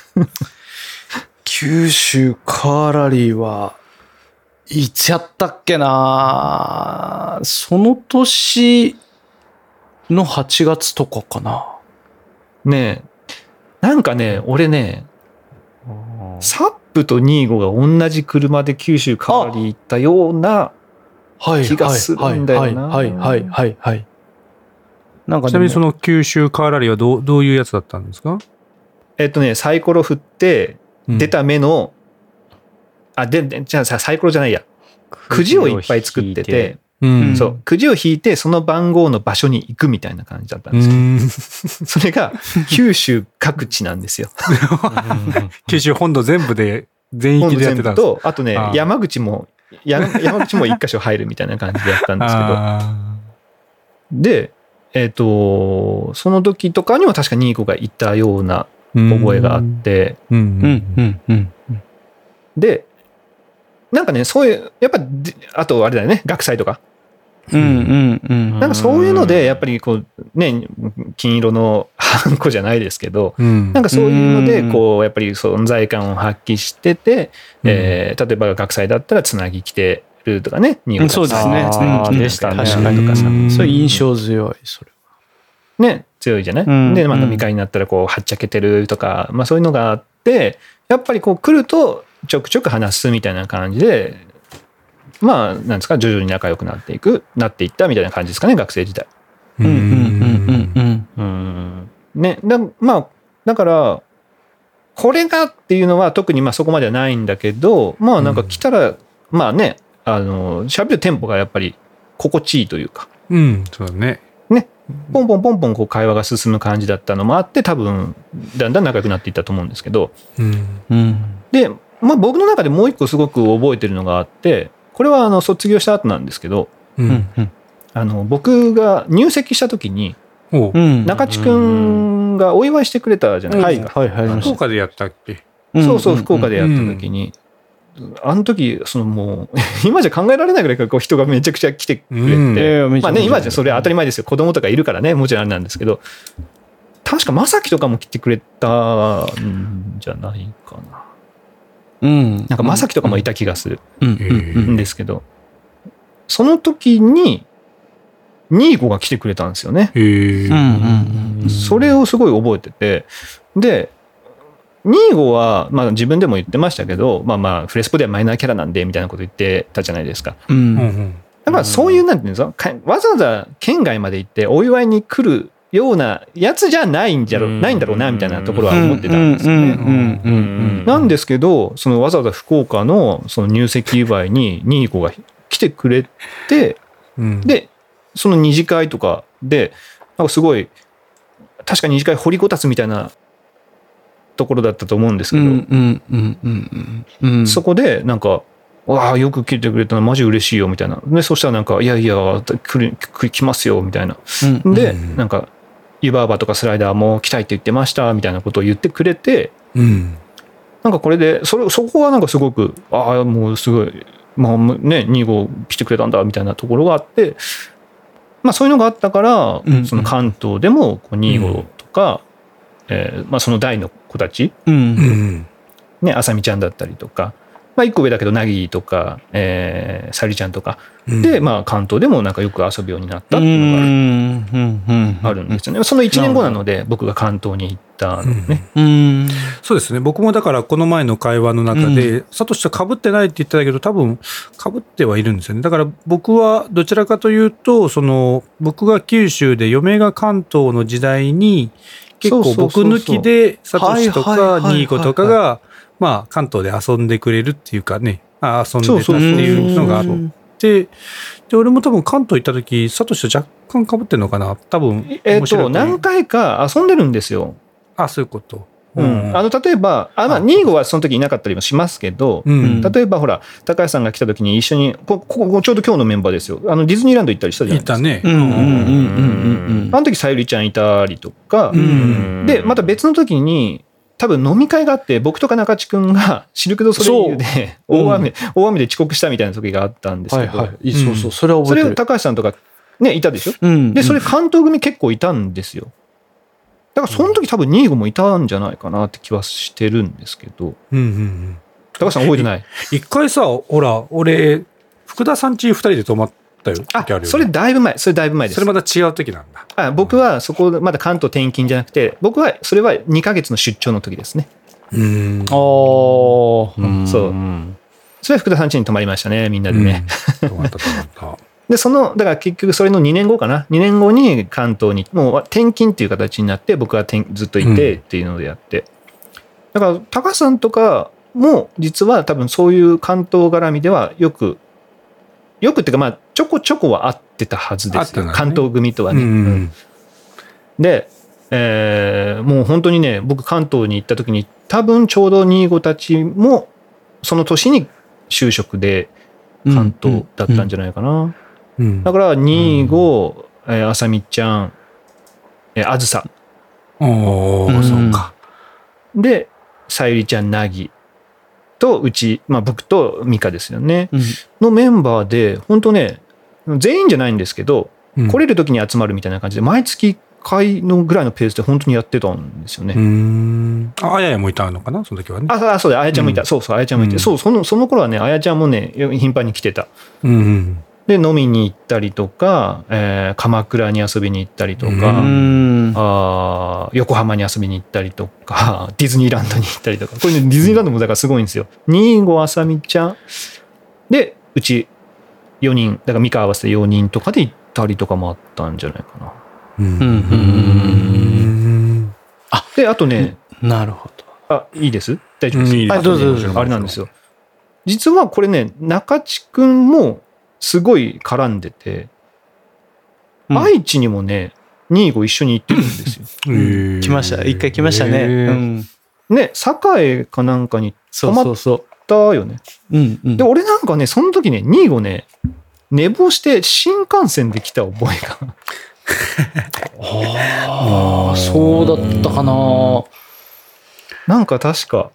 九州カーラリーはいつやったっけな、その年のはちがつとかかな。 ねえ。なんかね、俺ね、サップとニーゴが同じ車で九州カーラリー行ったような、 はい気がするんだよなはいはいはいはいはいはい。なんかちなみにその、 の九州カーラリーはどう、どういうやつだったんですか？ えっとね、サイコロ振って、 うん出た目の、あ、で、でじゃあさ、サイコロじゃないや。くじをいっぱい作ってて、 うん。 そう、くじを引いて、その番号の場所に行くみたいな感じだったんうですよ。 ん。 それが、九州各地なんですよ。 九州本土全部で全域でやってたんですと、あとねあ、ー山口も、や山口も一箇所入るみたいな感じでやったんですけど、 あで、えっ、と、その時とかにも確かニーコがいたようなー覚えがあって、 うん。 うんうんうん。 で、 なんかね、そういう、やっぱ、あとあれだよね、学祭とか。 うんうんうん。 なんかそういうので、やっぱりこう、ね、金色のハンコじゃないですけど、うん、なんかそういうので、こう、やっぱり存在感を発揮してて、うん、えー、例えば学祭だったらつなぎ着てるとかね、新潟そうですね。 あでしたね。 確かにとかさ。 そういう印象強い、それは。ね、強いじゃない、うん、で、まあ飲み会になったらこう、はっちゃけてるとか、まあそういうのがあって、やっぱりこう来るとちょくちょく話すみたいな感じで、まあ、なんですか、徐々に仲良くなっていく、なっていったみたいな感じですかね、学生時代。 うんうんうんうんうん。ね、だまあ、だから、これがっていうのは特にまあそこまではないんだけど、まあなんか来たら、うん、まあね、あの、喋るテンポがやっぱり心地いいというか。 うん、そうだね。 ね、ポンポンポンポンこう会話が進む感じだったのもあって、多分、だんだん仲良くなっていったと思うんですけど。 うん、 で、まあ僕の中でもう一個すごく覚えてるのがあって、これはあの卒業した後なんですけど、 うんうん、 あの僕が入籍した時に、 うん、 中地くんがお祝いしてくれたじゃない、 はいはいはい、福岡でやったっけ？ そうそう、福岡でやった時に、うん、あの時そのもう今じゃ考えられないぐらいこう人がめちゃくちゃ来てくれて、うん、まあね今じゃそれ当たり前ですよ、子供とかいるからね、もちろんあれなんですけど、確か正樹とかも来てくれたんじゃないかな。 うん、 なんか正樹とかもいた気がするんですけど、その時にニーゴが来てくれたんですよね。それをすごい覚えてて、でニーゴはまあ自分でも言ってましたけど、まあまあフレスポではマイナーキャラなんでみたいなこと言ってたじゃないですか。 うん、 だからそういうなんていうんですか、わざわざ県外まで行ってお祝いに来るようなやつじゃないんじゃろ、ないんだろうなみたいなところは思ってたんですよね。なんですけど、そのわざわざ福岡のその入籍祝いにニーゴが来てくれて、うん、でその二次会とかでなんかすごい確か二次会掘りごたつみたいなところだったと思うんですけど、そこでなんかわあよく来てくれたのマジ嬉しいよみたいな。でそしたらなんかいやいや来る来ますよみたいな。うん、でなんか湯婆婆とかスライダーも来たいって言ってましたみたいなことを言ってくれて、 うん、 なんかこれでそれそこはなんかすごくああもうすごいまあねに号来てくれたんだみたいなところがあって、まあそういうのがあったから、うん、その関東でもこうに号とか、うんえーまあ、その代の子たち、 うんねあさみちゃんだったりとか。まあ、いっこ上だけどなぎとか、えー、さゆりちゃんとかで、うんまあ、関東でもなんかよく遊ぶようになったっていうのがあるんですよね。そのいちねんごなので僕が関東に行ったのね、 うんうん、そうですね。僕もだからこの前の会話の中で、うん、サトシと被ってないって言ってたけど多分被ってはいるんですよね。だから僕はどちらかというとその僕が九州で嫁が関東の時代に結構僕抜きでサトシとかニーコとかがまあ、関東で遊んでくれるっていうかね、遊んでたっていうのがあって、で、俺も多分関東行った時、サトシと若干被ってるのかな多分。 えっと、何回か遊んでるんですよ。 あ、そういうこと。 うん。あの、例えば、あ、まあ、ニーゴはその時いなかったりもしますけど、うん、例えばほら、高橋さんが来た時に一緒に、ここ、ここちょうど今日のメンバーですよ。あの、ディズニーランド行ったりしたじゃないですか。 いたね。 うんうんうんうんうん。あの時、さゆりちゃんいたりとか、うん、で、また別の時に、多分飲み会があって僕とか中地君がシルク・ドゥ・ソレイユで大雨、うん、大雨で遅刻したみたいな時があったんですけど、はいはい、 そうそうそれは覚えてる。 それ高橋さんとかねいたでしょ、 うん、 でそれ関東組結構いたんですよ。だからその時多分ニーゴもいたんじゃないかなって気はしてるんですけど、 うんうんうん、 高橋さん覚えてない？ 一回さほら俺福田さん家ふたりで泊まってああそれだいぶ前それだいぶ前です。 それまた違う時なんだ。 あ僕はそこまだ関東転勤じゃなくて僕はそれはにかげつの出張の時ですね。 うんああ、うん、 そうそれは福田さん家に泊まりましたねみんなでね、 うん、泊まった泊まったでそのだから結局それのにねんごかなにねんごに関東にもう転勤っていう形になって僕はずっといてっていうのでやって、うん、だから高橋さんとかも実は多分そういう関東絡みではよくよくっていうかまあちょこちょこは合ってたはずですよ、ね、関東組とはね、うんうん、で、えー、もう本当にね僕関東に行った時に多分ちょうどニーゴたちもその年に就職で関東だったんじゃないかな、うんうん、だからニーゴ、うん、あさみちゃんあずさおー、うん、そうかでさゆりちゃんなぎととうち、まあ僕とミカですよね。 うんのメンバーで、本当ね、全員じゃないんですけど、 うん来れる時に集まるみたいな感じで、毎月いっかいのぐらいのペースで本当にやってたんですよね。 うーん。あ、あややもいたのかなその時はね。 あ、そうそうだ、あやちゃんもいた。 うんそうそう、あやちゃんもいて。 うんそう、その、その頃はね、あやちゃんもね、頻繁に来てた。 うんうん。 で、飲みに行ったりとか、えー鎌倉に遊びに行ったりとか、 ううんあー横浜に遊びに行ったりとか、ディズニーランドに行ったりとか。これね、ディズニーランドもだからすごいんですよ。新郷あさみちゃん。で、うちよにん、だからミカ合わせてよにんとかで行ったりとかもあったんじゃないかな。 うんうんうんで、あとね、 なるほど。 あ、いいです大丈夫です。 うんいいですあどうぞどうもちろんぞ。あれなんですよ。実はこれね、中地くんもすごい絡んでて、 うん愛知にもね、ニーゴ一緒に行ってるんですよ。 へー来ました。一回来ましたね。 へーうん。 ね、栄かなんかにそうそうそ行ったよね。 う。うんうんで、。俺なんかね、その時ね、ニーゴね、寝坊して新幹線で来た覚えが。 ああ、そうだったかな。 なんか確か、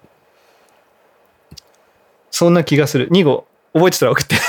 そんな気がする。ニーゴ、覚えてたら送って。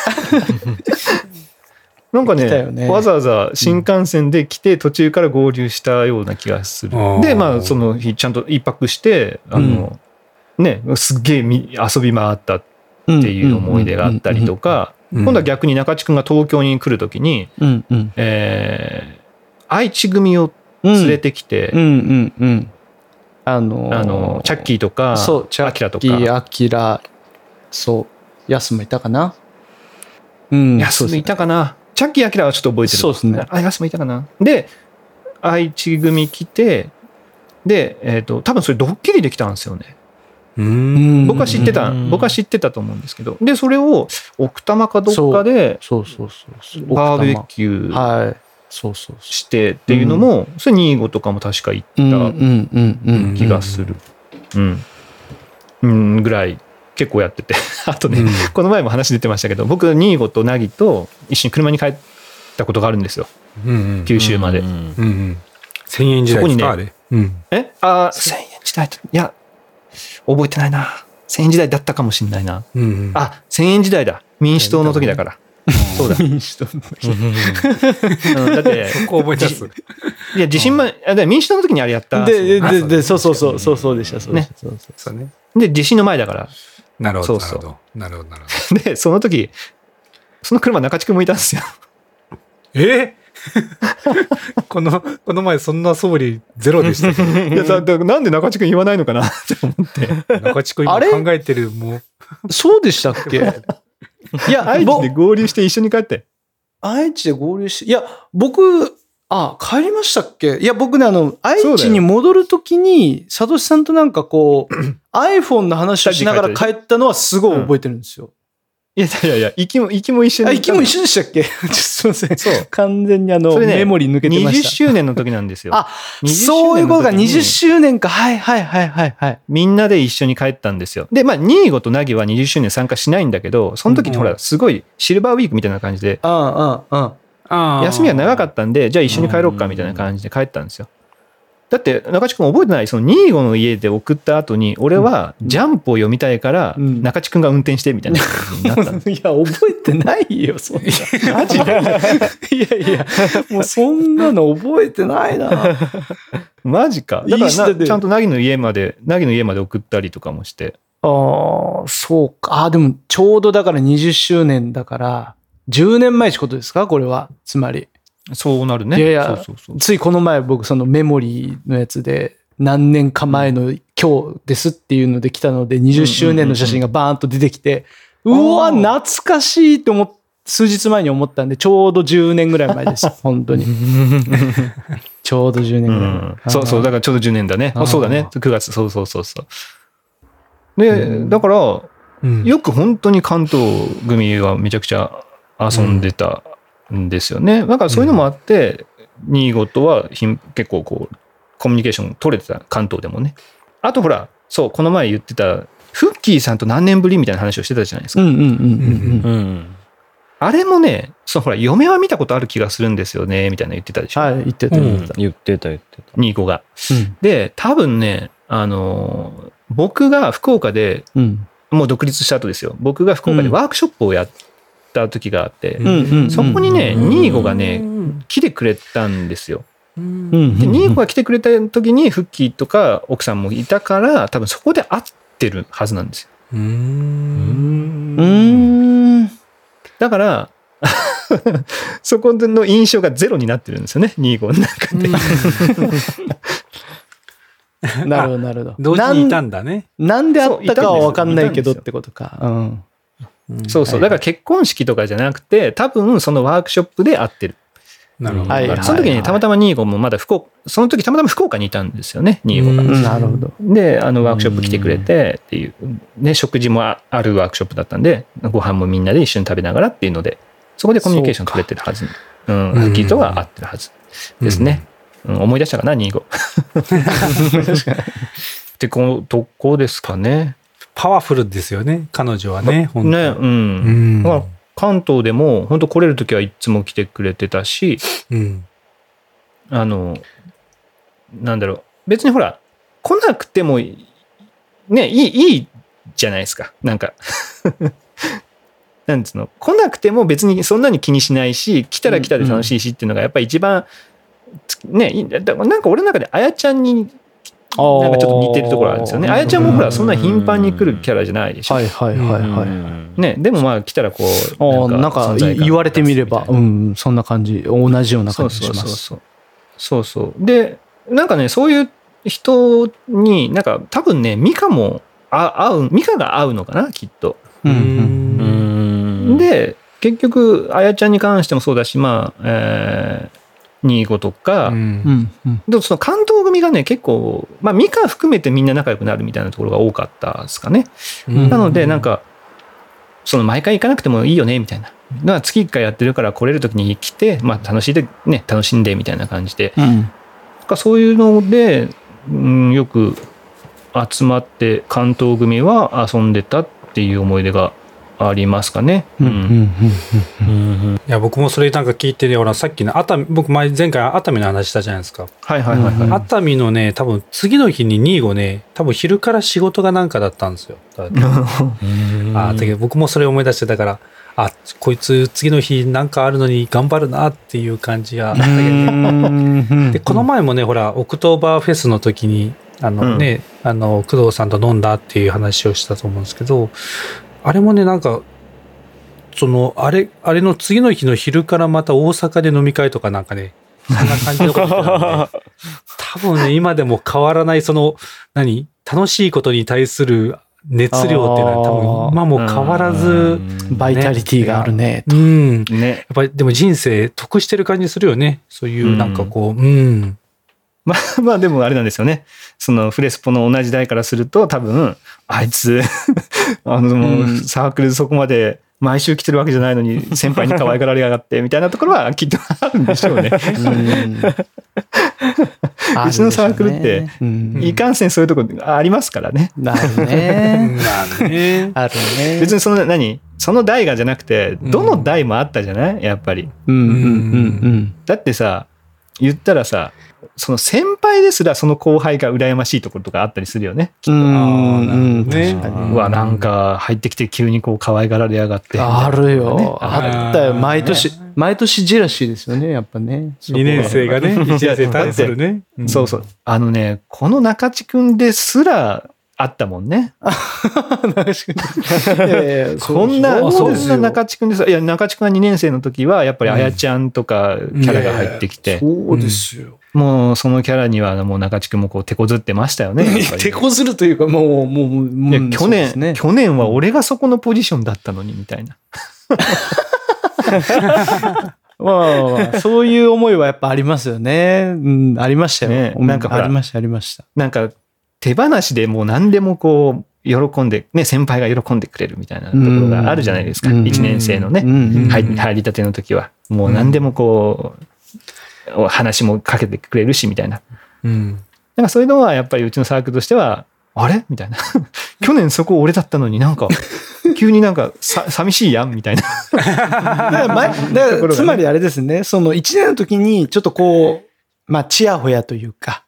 なんかね来たよねわざわざ新幹線で来て途中から合流したような気がする。 うんで、まあ、その日ちゃんと一泊して、あの、ね、すっげえみ遊び回ったっていう思い出があったりとか、 うん今度は逆に中地君が東京に来るときに、 うんうん。 えー愛知組をうん連れてきて、 うんうんうん。あのーあの、チャッキーとか、 そう、チャアキラとッキー、 か、 アキラ、そう、ヤスもいたかな。うん。 ヤスもいたかな。チャッキー、アキラはちょっと覚えてる。 そうですねあ、ヤスもいたかな。で、愛知組来て、で、えっ、と、多分それドッキリできたんですよね。 ううんん僕は知ってた、 うん僕は知ってたと思うんですけど。で、それを奥多摩かどっかでそうそうそうそう。 バーベキューはい。そうそうそしてっていうのも、それニーゴとかも確か行う。うんうっんうんうん。 た気がする。うん。うん、ぐらい結構やってて。あとね、 うんこの前も話出てましたけど、僕、ニーゴとナギと一緒に車に帰ったことがあるんですよ。 うんうん九州まで。 うんうんうん。千円時代ですか、 そこあれ。うん。 えあー、せんえん時代と、いや、覚えてないな。せんえん時代だったかもしれないな。 うんうん。 あ、せんえん時代だ。民主党の時だから。そうだ。 民主党のうんだって、 そこ覚えてます。 いや、地震ま、あで民主党の時にあれやった。 で、で、 あで、で、そうそうそう、そうそうでした、そうでした。そうそうそうね。 で、地震の前だから。 なるほど、なそうそうるほど。なるほど、なるほど。 で、その時、その車中地区もいたんですよ。 えこの、この前そんな総理ゼロでしたけど。 いや、だだなんで中地区言わないのかなって思って。 中地区今あれ考えてる、もう。 そうでしたっけいや、 愛知ぼで合流して一緒に帰って。 愛知で合流して、いや、僕、あ、帰りましたっけいや、僕ね、あの、愛知に戻るときに、サトシさんとなんかこう、iPhone の話をしながら帰ったのはすごい覚えてるんですよ。 いやいやいや、行きも、行きも一緒にあ、 行ったの。 行きも一緒でしたっけちょっとすいません。 そう。 完全にあの、 それねメモリー抜けてま 20 した。 周年の時なんですよ。 あ、 にじゅっそういうことか、にじゅっ周周年か。はいはいはいはいはい。 みんなで一緒に帰ったんですよ。で、まあ、ニーゴとナギはにじゅっ周年参加しないんだけど、その時ってほら、すごいシルバーウィークみたいな感じで、 うんうんうん。 あ休みが長かったんで、じゃあ一緒に帰ろうかみたいな感じで帰ったんですよ。だって、中地君覚えてないそのニーゴの家で送った後に、俺はジャンプを読みたいから、 うん中地君が運転してみたいな感じになったんです。 いや、覚えてないよ、そんな。マジでいやいや、もうそんなの覚えてないな。 マジか。だからな、 いい人でちゃんとナギの家まで、ナギの家まで送ったりとかもして。 ああ、そうか。あでも、ちょうどだからにじゅっ周年だから、じゅうねんまえってことですかこれは。つまり。 そうなるね。 いやいやそうそうそう。 ついこの前僕そのメモリーのやつで、何年か前の今日ですっていうので来たので、にじゅっ周年の写真がバーンと出てきて、うわ、懐かしいと思っ数日前に思ったんで、ちょうどじゅうねんぐらい前です。本当に。ちょうどじゅうねんぐらい前。 うんそうそう、だからちょうどじゅうねんだね。 あーそうだね。くがつ、そうそうそうそう。で、だから、 うんよく本当に関東組はめちゃくちゃ遊んでたんですよね。だからそういうのもあって、新ゴとはひん結構こう、コミュニケーション取れてた、関東でもね。あとほら、そう、この前言ってた、フッキーさんと何年ぶりみたいな話をしてたじゃないですか。 うんうんうんうんうん。 うん。 あれもね、そうほら、嫁は見たことある気がするんですよね、みたいな言ってたでしょ。 はい、言ってた言ってた。 言ってた言ってた。 新ゴが。 うんで、多分ね、あのー僕が福岡でうんもう独立した後ですよ。僕が福岡でワークショップをやった時があって、 うんうんうん、 そこにね、ニーゴがね、来てくれたんですよ。 うんうんうん、 で、ニーゴが来てくれた時に、フッキーとか奥さんもいたから、多分そこで会ってるはずなんですよ。 うーん。 うーん。 だから、そこの印象がゼロになってるんですよね、ニーゴの中で。 なるほど、なるほど。 同時にいたんだね。 なんであったかは分かんないけどってことか。うん。 そうそう。だから結婚式とかじゃなくて、多分そのワークショップで会ってる。 なるほど。 はいはいはい、 その時にたまたまニーゴもまだ福岡、その時たまたま福岡にいたんですよね、ニーゴが。 なるほど。 で、あのワークショップ来てくれてっていう、ね、食事もあるワークショップだったんで、ご飯もみんなで一緒に食べながらっていうので、そこでコミュニケーション取れてるはず。うん、フッキーとは会ってるはずですね。うん、思い出したかな、ニーゴ。ってことこですかね。 パワフルですよね、彼女はね。本当ね、うん。うん、だから関東でも本当来れるときはいつも来てくれてたし、 うん、 あの、なんだろう、別にほら、来なくてもね、いい、いいじゃないですか。なんか、なんつうの、来なくても別にそんなに気にしないし、来たら来たで楽しいしっていうのがやっぱり一番、ね、だからなんか俺の中であやちゃんになんかちょっと似てるところあるんですよね。あやちゃんもほらそんな頻繁に来るキャラじゃないでしょ。 はいはいはいはい。 ね、でもまあ来たらこうなんか言われてみれば、うん、そんな感じ、同じような感じします。 そうそうそうそうそうでなんかねそういう人になんか多分ねミカもあ合うミカが合うのかなきっと。 うんうん、 で結局あやちゃんに関してもそうだしまあ、えーニーゴとか、うんうん、でその関東組がね結構、まあ、ミカ含めてみんな仲良くなるみたいなところが多かったですかね、うん、なのでなんかその毎回行かなくてもいいよねみたいなだから月いっかいやってるから来れる時に来て、まあ、楽しいで、ね、楽しんでみたいな感じで、うん、そういうので、うん、よく集まって関東組は遊んでたっていう思い出がありますかね。いや僕もそれなんか聞いてね、ほらさっきの熱海、僕前前回熱海の話したじゃないですか。 はいはいはい、はい、 熱海のね多分次の日にニーゴね多分昼から仕事がなんかだったんですよ。あだけど僕もそれ思い出してだからあこいつ次の日なんかあるのに頑張るなっていう感じがあったけど、ね、でこの前もねほらオクトーバーフェスの時にあのね、うん、あの工藤さんと飲んだっていう話をしたと思うんですけど。あれもねなんかそのあれあれの次の日の昼からまた大阪で飲み会とかなんかねそんな感じのことなんで多分ね今でも変わらないその何楽しいことに対する熱量っていうのは多分今も変わらず、 ね、バイタリティがあるねと、うんね、やっぱりでも人生得してる感じするよねそういうなんかこううん、うんまあまあでもあれなんですよね。そのフレスポの同じ代からすると多分あいつあのもうサークルでそこまで毎週来てるわけじゃないのに先輩に可愛がられやがってみたいなところはきっとあるんでしょうね。うちのサークルっていかんせんそういうところありますからね。 なるね。 あるね。別にその何その代がじゃなくてどの代もあったじゃないやっぱり。だってさ言ったらさその先輩ですらその後輩が羨ましいところとかあったりするよね。きっと。うんね。うわなんか入ってきて急にこう可愛がられやがって、ね。 あるよ。あったよ。毎年毎年ジェラシーですよねやっぱね。 にねん生がねいちねん生に対するね。 うん、そうそうあのねこの中地君ですらあったもんね。こんなこんな中地君ですいや中地君がにねん生の時はやっぱりあやちゃんとかキャラが入ってきて。 そうですよ。 もうそのキャラにはもう中地君もこう手こずってましたよね。 手こずるというかもうもうもう去年、ね、去年は俺がそこのポジションだったのにみたいな。 まあそういう思いはやっぱありますよね。うん、ありましたよ。ね、なんかありましたありました。 なんか手放しでもう何でもこう喜んでね先輩が喜んでくれるみたいなところがあるじゃないですか。いちねん生のね入りたての時はもう何でもこう。話もかけてくれるしみたいな、うん、なんかそういうのはやっぱりうちのサークルとしてはあれみたいな去年そこ俺だったのになんか急になんかさ寂しいやんみたいなだから前だからつまりあれですねそのいちねんの時にちょっとこうまあちやほやというか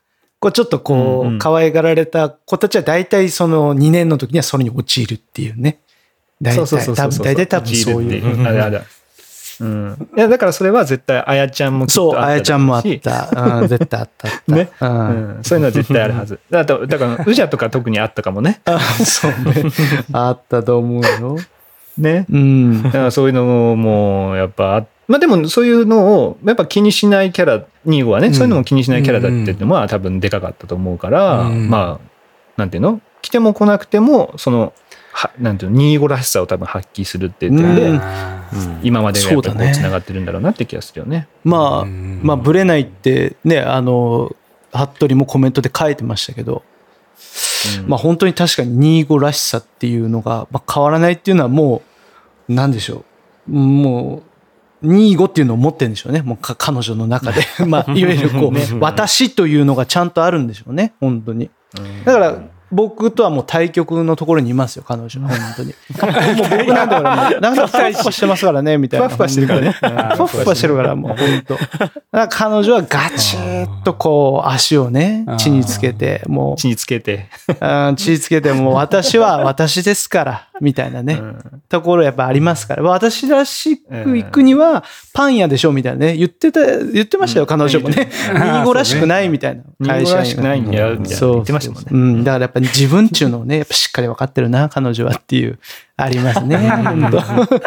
こうちょっとこう、 うんうん可愛がられた子たちは大体そのにねんの時にはそれに陥るっていうね。大そうそう体、 そうそうそう。 多分大体多分そういう。 陥るってあれあれ。うん。いや、だからそれは絶対、あやちゃんもきっそう、 とあったあやちゃんもあっし。 た。うん、絶対あったあった。 ね、 う。 うんん。そういうのは絶対あるはず。だから、だから、うじゃとか特にあったかもね。 あそうね。あったと思うよ。 ね。 うん。 だからそういうのも、やっぱあ、まあでもそういうのを、やっぱ気にしないキャラ、ニーゴはね、そういうのも気にしないキャラだっていうのは多分でかかったと思うから、 うんまあ、なんていうの来ても来なくても、その、はなんていうの、ニーゴらしさを多分発揮するっていう点で、 うん今までがやっぱりこそうだねう繋がってるんだろうなって気がするよね。 まあ、 うんまあ、ぶれないってね、あの、服部もコメントで書いてましたけど、 うんまあ本当に確かにニーゴらしさっていうのが、まあ、変わらないっていうのはもう、なんでしょう。もう、ニーゴっていうのを持ってるんでしょうね。もうか彼女の中で。まあ、いわゆるこう、私というのがちゃんとあるんでしょうね。本当に。だから、僕とはもう対極のところにいますよ、彼女は。本当に。もう僕なんだからもう、なんかふわふわしてますからね、みたいな。 ふわふわしてるからね。 ふわふわしてるから、もう本当。だから彼女はガチッとこう、足をね、地につけて、もう、 血につけて。 うん血つけてもう私は私ですからみたいなね、ところやっぱありますから、私らしく行くにはパン屋でしょみたいなね言ってた言ってましたよ、彼女もね。ニーゴらしくないみたいな、 ニーゴらしくないんだよ、みたいな言ってましたもんね。 うん、だからやっぱり自分っていうのをねやっぱしっかり分かってるな彼女はっていうありますね。本当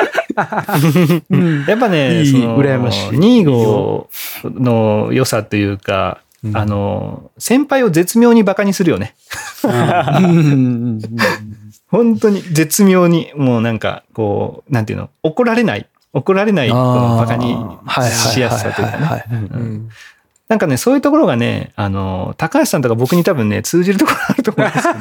やっぱね、 いいその羨ましいニーゴの良さというか、あの、先輩を絶妙にバカにするよね。 うん本当に絶妙に、もうなんか、こう、なんていうの、怒られない。怒られない、このバカにしやすさというかね。うんなんかね、そういうところがね、あの、高橋さんとか僕に多分ね、通じるところあると思うんです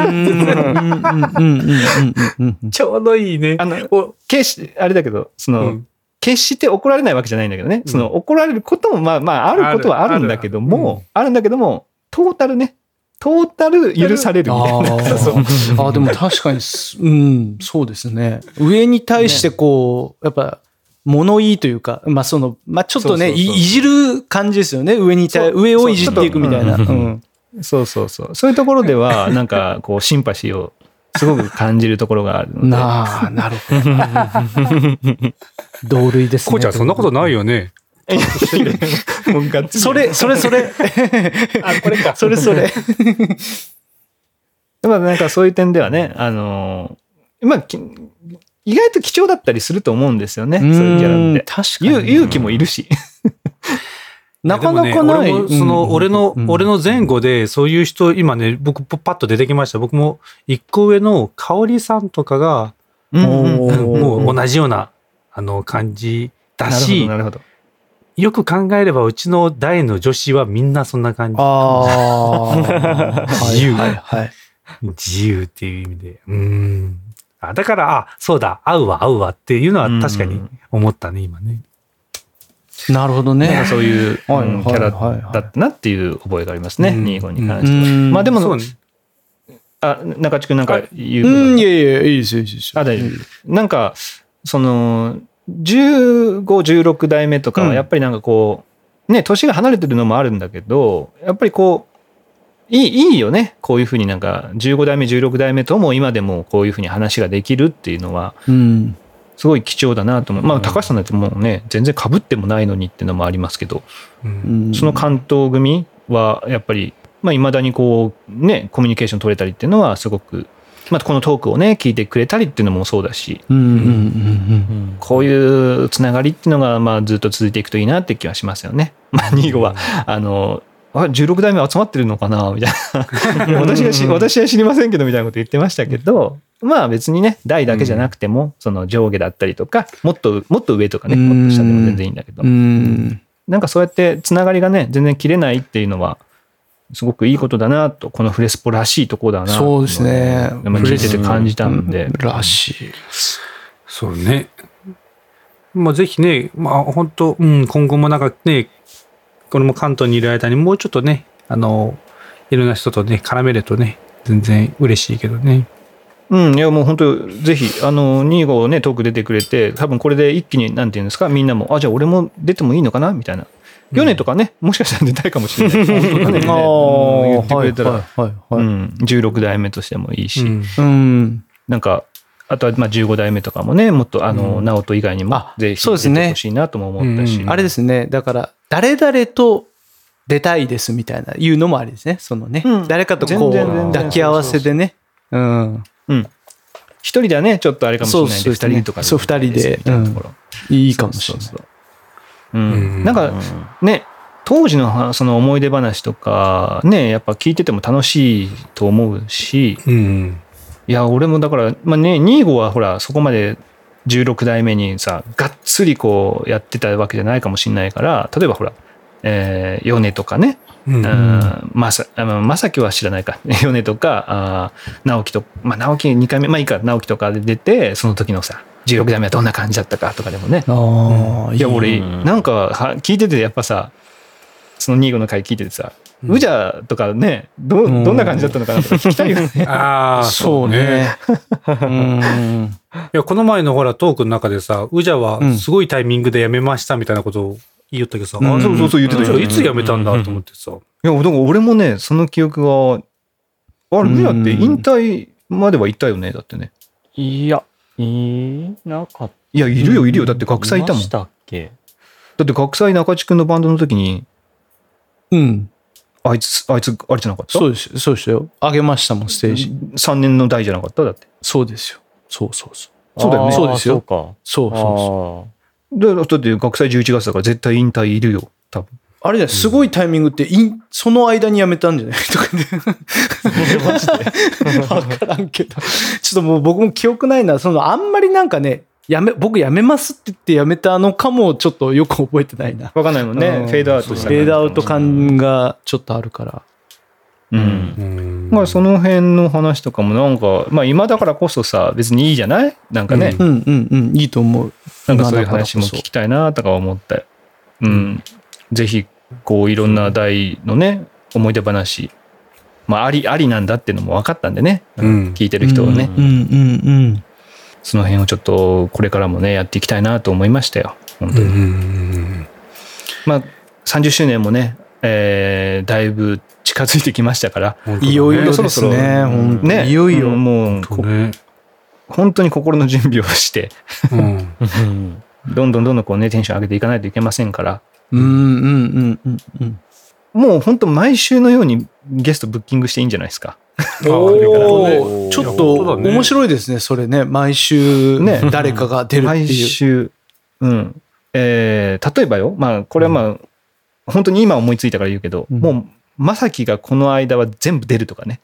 よね。 ちょうどいいね。 あの、決し、あれだけど、その、 うん決して怒られないわけじゃないんだけどね。その怒られることもまあまああることはあるんだけども、あるんだけども、トータルね、トータル許されるみたいな。そうああ、でも確かにす、うん、そうですね。上に対してこう、やっぱ、物言いというか、まあその、まあちょっとね、 そうそうそういいじる感じですよね。上に対、 そう上をいじっていくみたいな。うんそうそうそう。そういうところでは、なんかこう、シンパシーをすごく感じるところがあるので。 なあ、なるほど。同類ですね。 こうちゃんそんなことないよね。 もうがっつりそれ、それ、それ。 あ、これか。 それ、それ。 まあなんかそういう点ではね、あのー、まあ、き意外と貴重だったりすると思うんですよね。そういうキャラって。 確かに。 勇勇気もいるし。 なかなかない。 でもね俺もその、俺の、 うん俺の前後で、そういう人、今ね、僕、パッと出てきました。僕も、一個上の香織さんとかが、 うんうんおーもう同じような、あの、感じだし、 なるほど。 よく考えれば、うちの代の女子はみんなそんな感じ。 ああ。 自由はい、はい。 自由っていう意味で。うん。あ、だから、あ、そうだ、合うわ、合うわっていうのは確かに思ったね、今ね。 なるほどね。 そういう、 はいうんキャラはいはいだったなっていう覚えがありますね。 うんニーゴに関うしては。 んまあでも、 そうね。 あ、中地君なんか言ううことん、いやいや、いいですよ、いいですよ。 あ、大丈夫。なんか、その、じゅうご、じゅうろく代目とかはやっぱりなんかこう、ね、年が離れてるのもあるんだけど、やっぱりこう、いい、いいよね。こういうふうになんか、じゅうご代目、じゅうろく代目とも今でもこういうふうに話ができるっていうのは、 うん。 すごい貴重だなと思う。まあ、高橋さんだってもうね、全然被ってもないのにっていうのもありますけど、 うんその関東組はやっぱり、まあ、未だにこう、ね、コミュニケーション取れたりっていうのはすごく、まあ、このトークをね、聞いてくれたりっていうのもそうだし、 うん、うん、うん。 こういうつながりっていうのが、まあ、ずっと続いていくといいなって気はしますよね。まあ、ニーゴは、あの、あじゅうろく代目集まってるのかなみたいな。私はし、私は知りませんけど、みたいなこと言ってましたけど、まあ別にね、代だけじゃなくても、その上下だったりとか、もっと、もっと上とかね、 うんもっと下でも全然いいんだけどう、ん。 なんかそうやってつながりがね、全然切れないっていうのは、すごくいいことだなと、このフレスポらしいところだなと。 そうですね。 まあ聞いてて感じたんで。 らしい。 そうね。まあ、ぜひね、まあ、本当うん、今後もなんかね、これも関東にいる間にもうちょっとね、あの、いろんな人とね、絡めるとね、全然嬉しいけどね。 うん、いやもう本当ぜひ、あの、ニーゴね、トーク出てくれて、多分これで一気に、なんていうんですか、みんなも、あ、じゃあ俺も出てもいいのかなみたいなヨネとかね、もしかしたら出たいかもしれない。本当だね。 あうん言ってくれたら、 はいはいはい、はいうん、じゅうろく代目としてもいいし、 うんうん。 なんか、あとはまあじゅうご代目とかもね、もっとあの、 うんナオト以外にもあぜひそうですね出てほしいなとも思ったし。 うんあれですね。だから、誰々と出たいですみたいな、いうのもありですね。そのね。 うん誰かとこう、 全然全然抱き合わせでね。うん。 うん。一人ではね、ちょっとあれかもしれないんで、二そうそうですね人とかそう二人でみたいなところ。 いいかもしれない。 そうそうそうううんん。なんか、ね、当時のはその思い出話とか、ね、やっぱ聞いてても楽しいと思うし、 うん。 いや、俺もだから、まあね、ニーゴはほら、そこまでじゅうろく代目にさ、がっつりこうやってたわけじゃないかもしれないから、例えばほら、えー、ヨネとかね、 うんうんまさ、あのまさきは知らないか。ヨネとか、あ直樹と、まあ、直樹にかいめ、まあいいか、直樹とかで出て、その時のさ、じゅうろく代目はどんな感じだったかとかでもね。 ああ、 いや、俺、 うんなんかは、聞いてて、やっぱさ、そのニーゴの回聞いててさ、 うんウジャとかね、ど、 うんどんな感じだったのかなとか聞きたいよね。 ああ、 そうね。うん。 いや、この前のほら、トークの中でさ、ウジャはすごいタイミングで辞めましたみたいなことを言いよったけどさ、 うんあそうそうそう言ってたじゃあよ。 いつ辞めたんだと思ってさ。 いや、だから俺もね、その記憶が、あれ、ウジャって引退までは行ったよね、だってね。 いや、いなかった。 いや、いるよ、いるよ。だって学祭いたもん。だましたっけ？ って学祭中地くんのバンドの時に、 うん。 あいつ、あいつ、あれじゃなかったそうです。そうですよ。あげましたもん、ステージ。 さんねんの代じゃなかっただって。 そうですよ。そうそうそう。 そうだよねあーそうですよそうか。 そうそうそう。 そでだって学祭じゅういちがつだから絶対引退いるよ、多分。 あれじゃないすごいタイミングって、いんその間に辞めたんじゃないとかね。マジで。わからんけど。ちょっともう僕も記憶ないな。その、あんまりなんかね、やめ、僕辞めますって言って辞めたのかもちょっとよく覚えてないな。 わかんないもんね。 うんフェードアウトしたフェードアウト感感がちょっとあるから。 じ。う。 うんうんまあその辺の話とかもなんか、まあ今だからこそさ、別にいいじゃないなんかね、 ううんうんうん。いいと思う。 なんかそういう話も今だからこ聞きたいなとか思って。うん。ぜひ、こういろんな代のね、思い出話、まああり、ありなんだっていうのも分かったんでね。 うん聞いてる人はね。 うんうんうん。 その辺をちょっとこれからもね、やっていきたいなと思いましたよ。本当に。 うんうんまあ、さんじゅっしゅうねんもね、えーだいぶ近づいてきましたから、 うんいよいよそろそろですね。ほんとね、 いよいよ。 うんもう、こ本当ね。 本当に心の準備をして、 うんうんどんどんどんどんこうね、テンション上げていかないといけませんから、 うんうんうんうんうん。 もう本当毎週のようにゲストブッキングしていいんじゃないですか。 おおーちょっと本当だね面白いですね、それね。毎週ね誰かが出るって毎いう。 週、うん。えー例えばよ、まあ、これはまあ、本当に今思いついたから言うけど、 うんもう、まさきがこの間は全部出るとかね。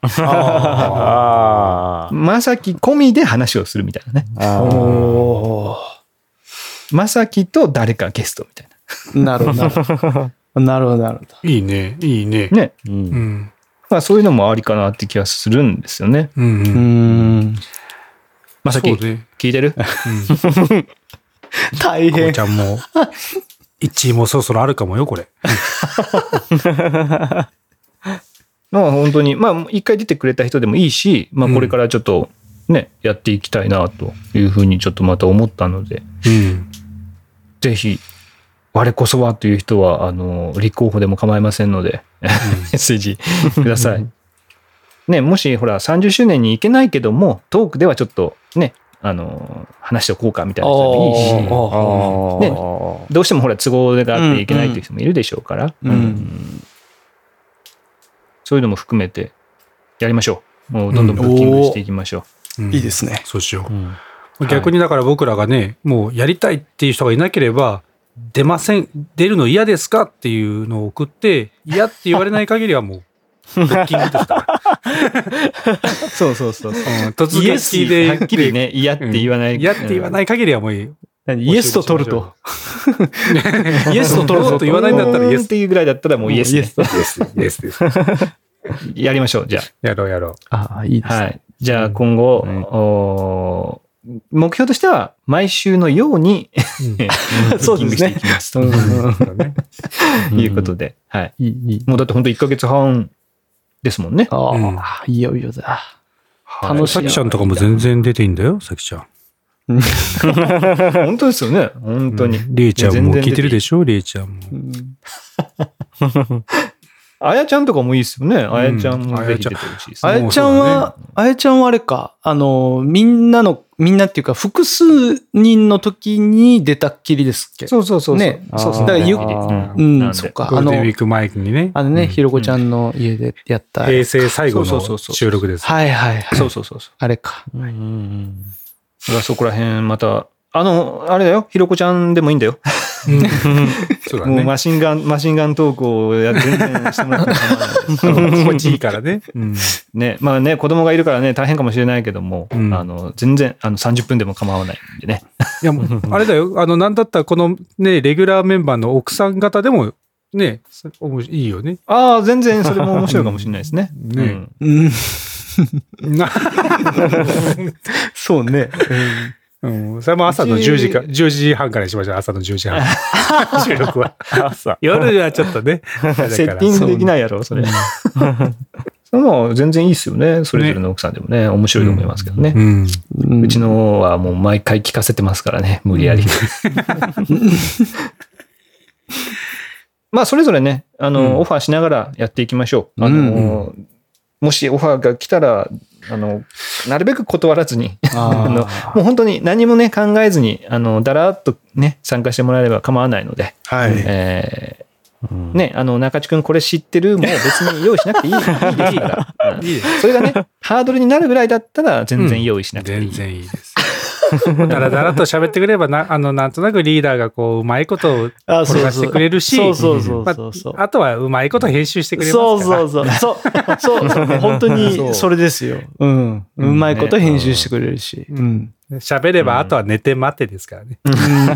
あーまさき込みで話をするみたいなね。 あー。 おまさきと誰かゲストみたいーなるほど、なるほど。なるほど、なるほど。 いいね、いいね。 な。ね。 う。 うんん。 まあそういうのもありかなって気がするんですよね。 うんう。 うんん。 まさき、 そうね。 聞いてる大変こうち。ゃんも、一位もそろそろあるかもよ、これ。 まあ本当に、まあ一回出てくれた人でもいいし、まあこれからちょっとね、やっていきたいなというふうにちょっとまた思ったので、 うん。 ぜひ、我こそはという人は、あの、立候補でも構いませんので、メッセージください。ね、もしほらさんじゅっしゅうねんに行けないけども、トークではちょっとね、あの、話しておこうかみたいな人でもいいし、 あーあーねどうしてもほら都合があっていけないという人もいるでしょうから、 うんうんそういうのも含めてやりましょう。もうどんどんブッキングしていきましょうんいいですね。 そうしようんう。逆にだから僕らがね、もうやりたいっていう人がいなければ、出ません、出るの嫌ですかっていうのを送って、嫌って言われない限りはもう、ブッキングですから。 う。そうそうそう。 うん突イエス撃で、 はっきりね、嫌って言わない。 嫌って言わない限りはもういい。 何イエスと取ると。 イエスと取るぞと言わないんだったらイエスっていうぐらいだったらもうイエス、ね。 イエスイエス、イエスです。 やりましょう、じゃやろうやろう。 ああ、いいですあ。 ね。 はい。じゃあ今後、 うんおー目標としては毎週のようにブッキングしていきますとうんうんそうだねいうことで、はい。 いい、いい。 もうだって本当いっかげつはんですもんね。 あうんあ、いよいよだ。 はい楽しさきちゃんとかも全然出ていいんだよ、さきちゃん。 本当ですよね。本当に。 りえちゃんも聞いてるでしょ、りえちゃんも。 うんあやちゃんとかもいいですよね。あやちゃんもぜひ出てほしいですね。 あやちゃんは、あやちゃんはあれか、あの、みんなの、みんなっていうか、複数人の時に出たっきりですっけ。 そうそうそうそう。 ねそうそう。 だからゆあうん、そっか。 ゴーあの、 ルデンウィーク前にね。 あのね、 うんひろこちゃんの家でやった。 平成最後のそうそうそうそう収録です。 はいはいはい。 そうそうそうそう。 あれか。 うんうんだからそこら辺また、あの、あれだよ、ひろこちゃんでもいいんだよ。 そうだね。 もうマシンガン、マシンガントークをや全然してもらっても構わないです。 心地いいからね。うんね、まあね、子供がいるからね、大変かもしれないけども、 うんあの、全然、あの、さんじゅっぷんでも構わないんでね。 いや、もうあれだよ。あの、なんだったらこのね、レギュラーメンバーの奥さん方でも、ね、おもいいよね。 ああ、全然それも面白いかもしれないですね。 ねうんうん。 なそうね。 うん。それも朝のじゅうじか、じゅうじはんからにしましょう。朝のじゅうじはん。収録は。 朝。 夜はちょっとね。 セッティングできないやろ、それ。それも全然いいですよね。それぞれの奥さんでもね、面白いと思いますけどね。 うん。 うちのはもう毎回聞かせてますからね、無理やり。まあ、それぞれね、あの、 うんオファーしながらやっていきましょう。あの、もしオファーが来たら、あの、なるべく断らずに、あの、もう本当に何もね、考えずに、あの、だらっとね、参加してもらえれば構わないので、 はい。 えーうんね、あの、中地くんこれ知ってるもう別に用意しなくていいいいですから。うんいいです。 それがね、ハードルになるぐらいだったら全然用意しなくていい。 全然いいです。だらだらと喋ってくればな、あの、なんとなくリーダーがこう、うまいことをあ転がしてくれるし、 そうそうそうまそうそう。 あ、あとはうまいこと編集してくれますから。 そうそうそう。そう、そう、そう本当にそれですよ。うん。うまいこと編集してくれるし。うん。 喋ればあとは寝て待ってですからね。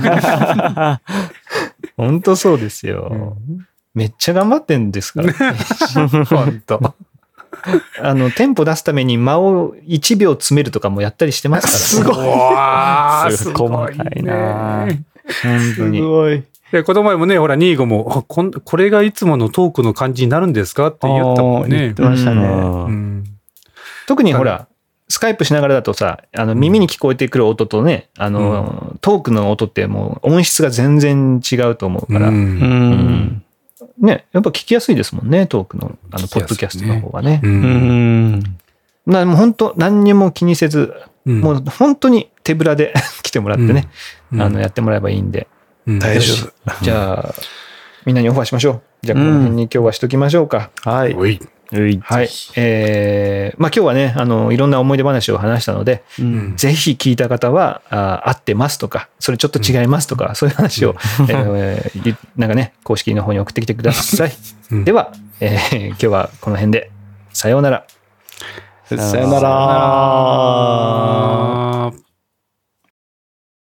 本当そうですよ。めっちゃ頑張ってんですから。 本当。 あの、テンポ出すために間をいちびょう詰めるとかもやったりしてますから、ね。 すごい。わーすごい細かいなね本当に。 ごい。 で、この前もね、ほら、ニーゴも、あこんこれがいつものトークの感じになるんですかって言ったもんねあー言って。ましたね。 うん特にほら、スカイプしながらだとさ、あの耳に聞こえてくる音とね、あの、トークの音ってもう音質が全然違うと思うから、 うんうん。 ね、やっぱ聞きやすいですもんね、トークの、あの、 聞きやすいねポッドキャストの方がね。 ううんん。 なもう本当何にも気にせず、 うんもう本当に手ぶらで来てもらってね、 うんあの、やってもらえばいいんで。 うん大丈夫。 じゃあ、みんなにオファーしましょう。じゃあ、この辺に今日はしときましょうか。 はい。 おい。 はい。えー、まあ今日はね、あの、いろんな思い出話を話したので、 うん。 ぜひ聞いた方は、あ合ってますとか、それちょっと違いますとか、そういう話を、えーゆなんかね、公式の方に送ってきてください。 うんでは、えー今日はこの辺で、さようなら。 さよなら。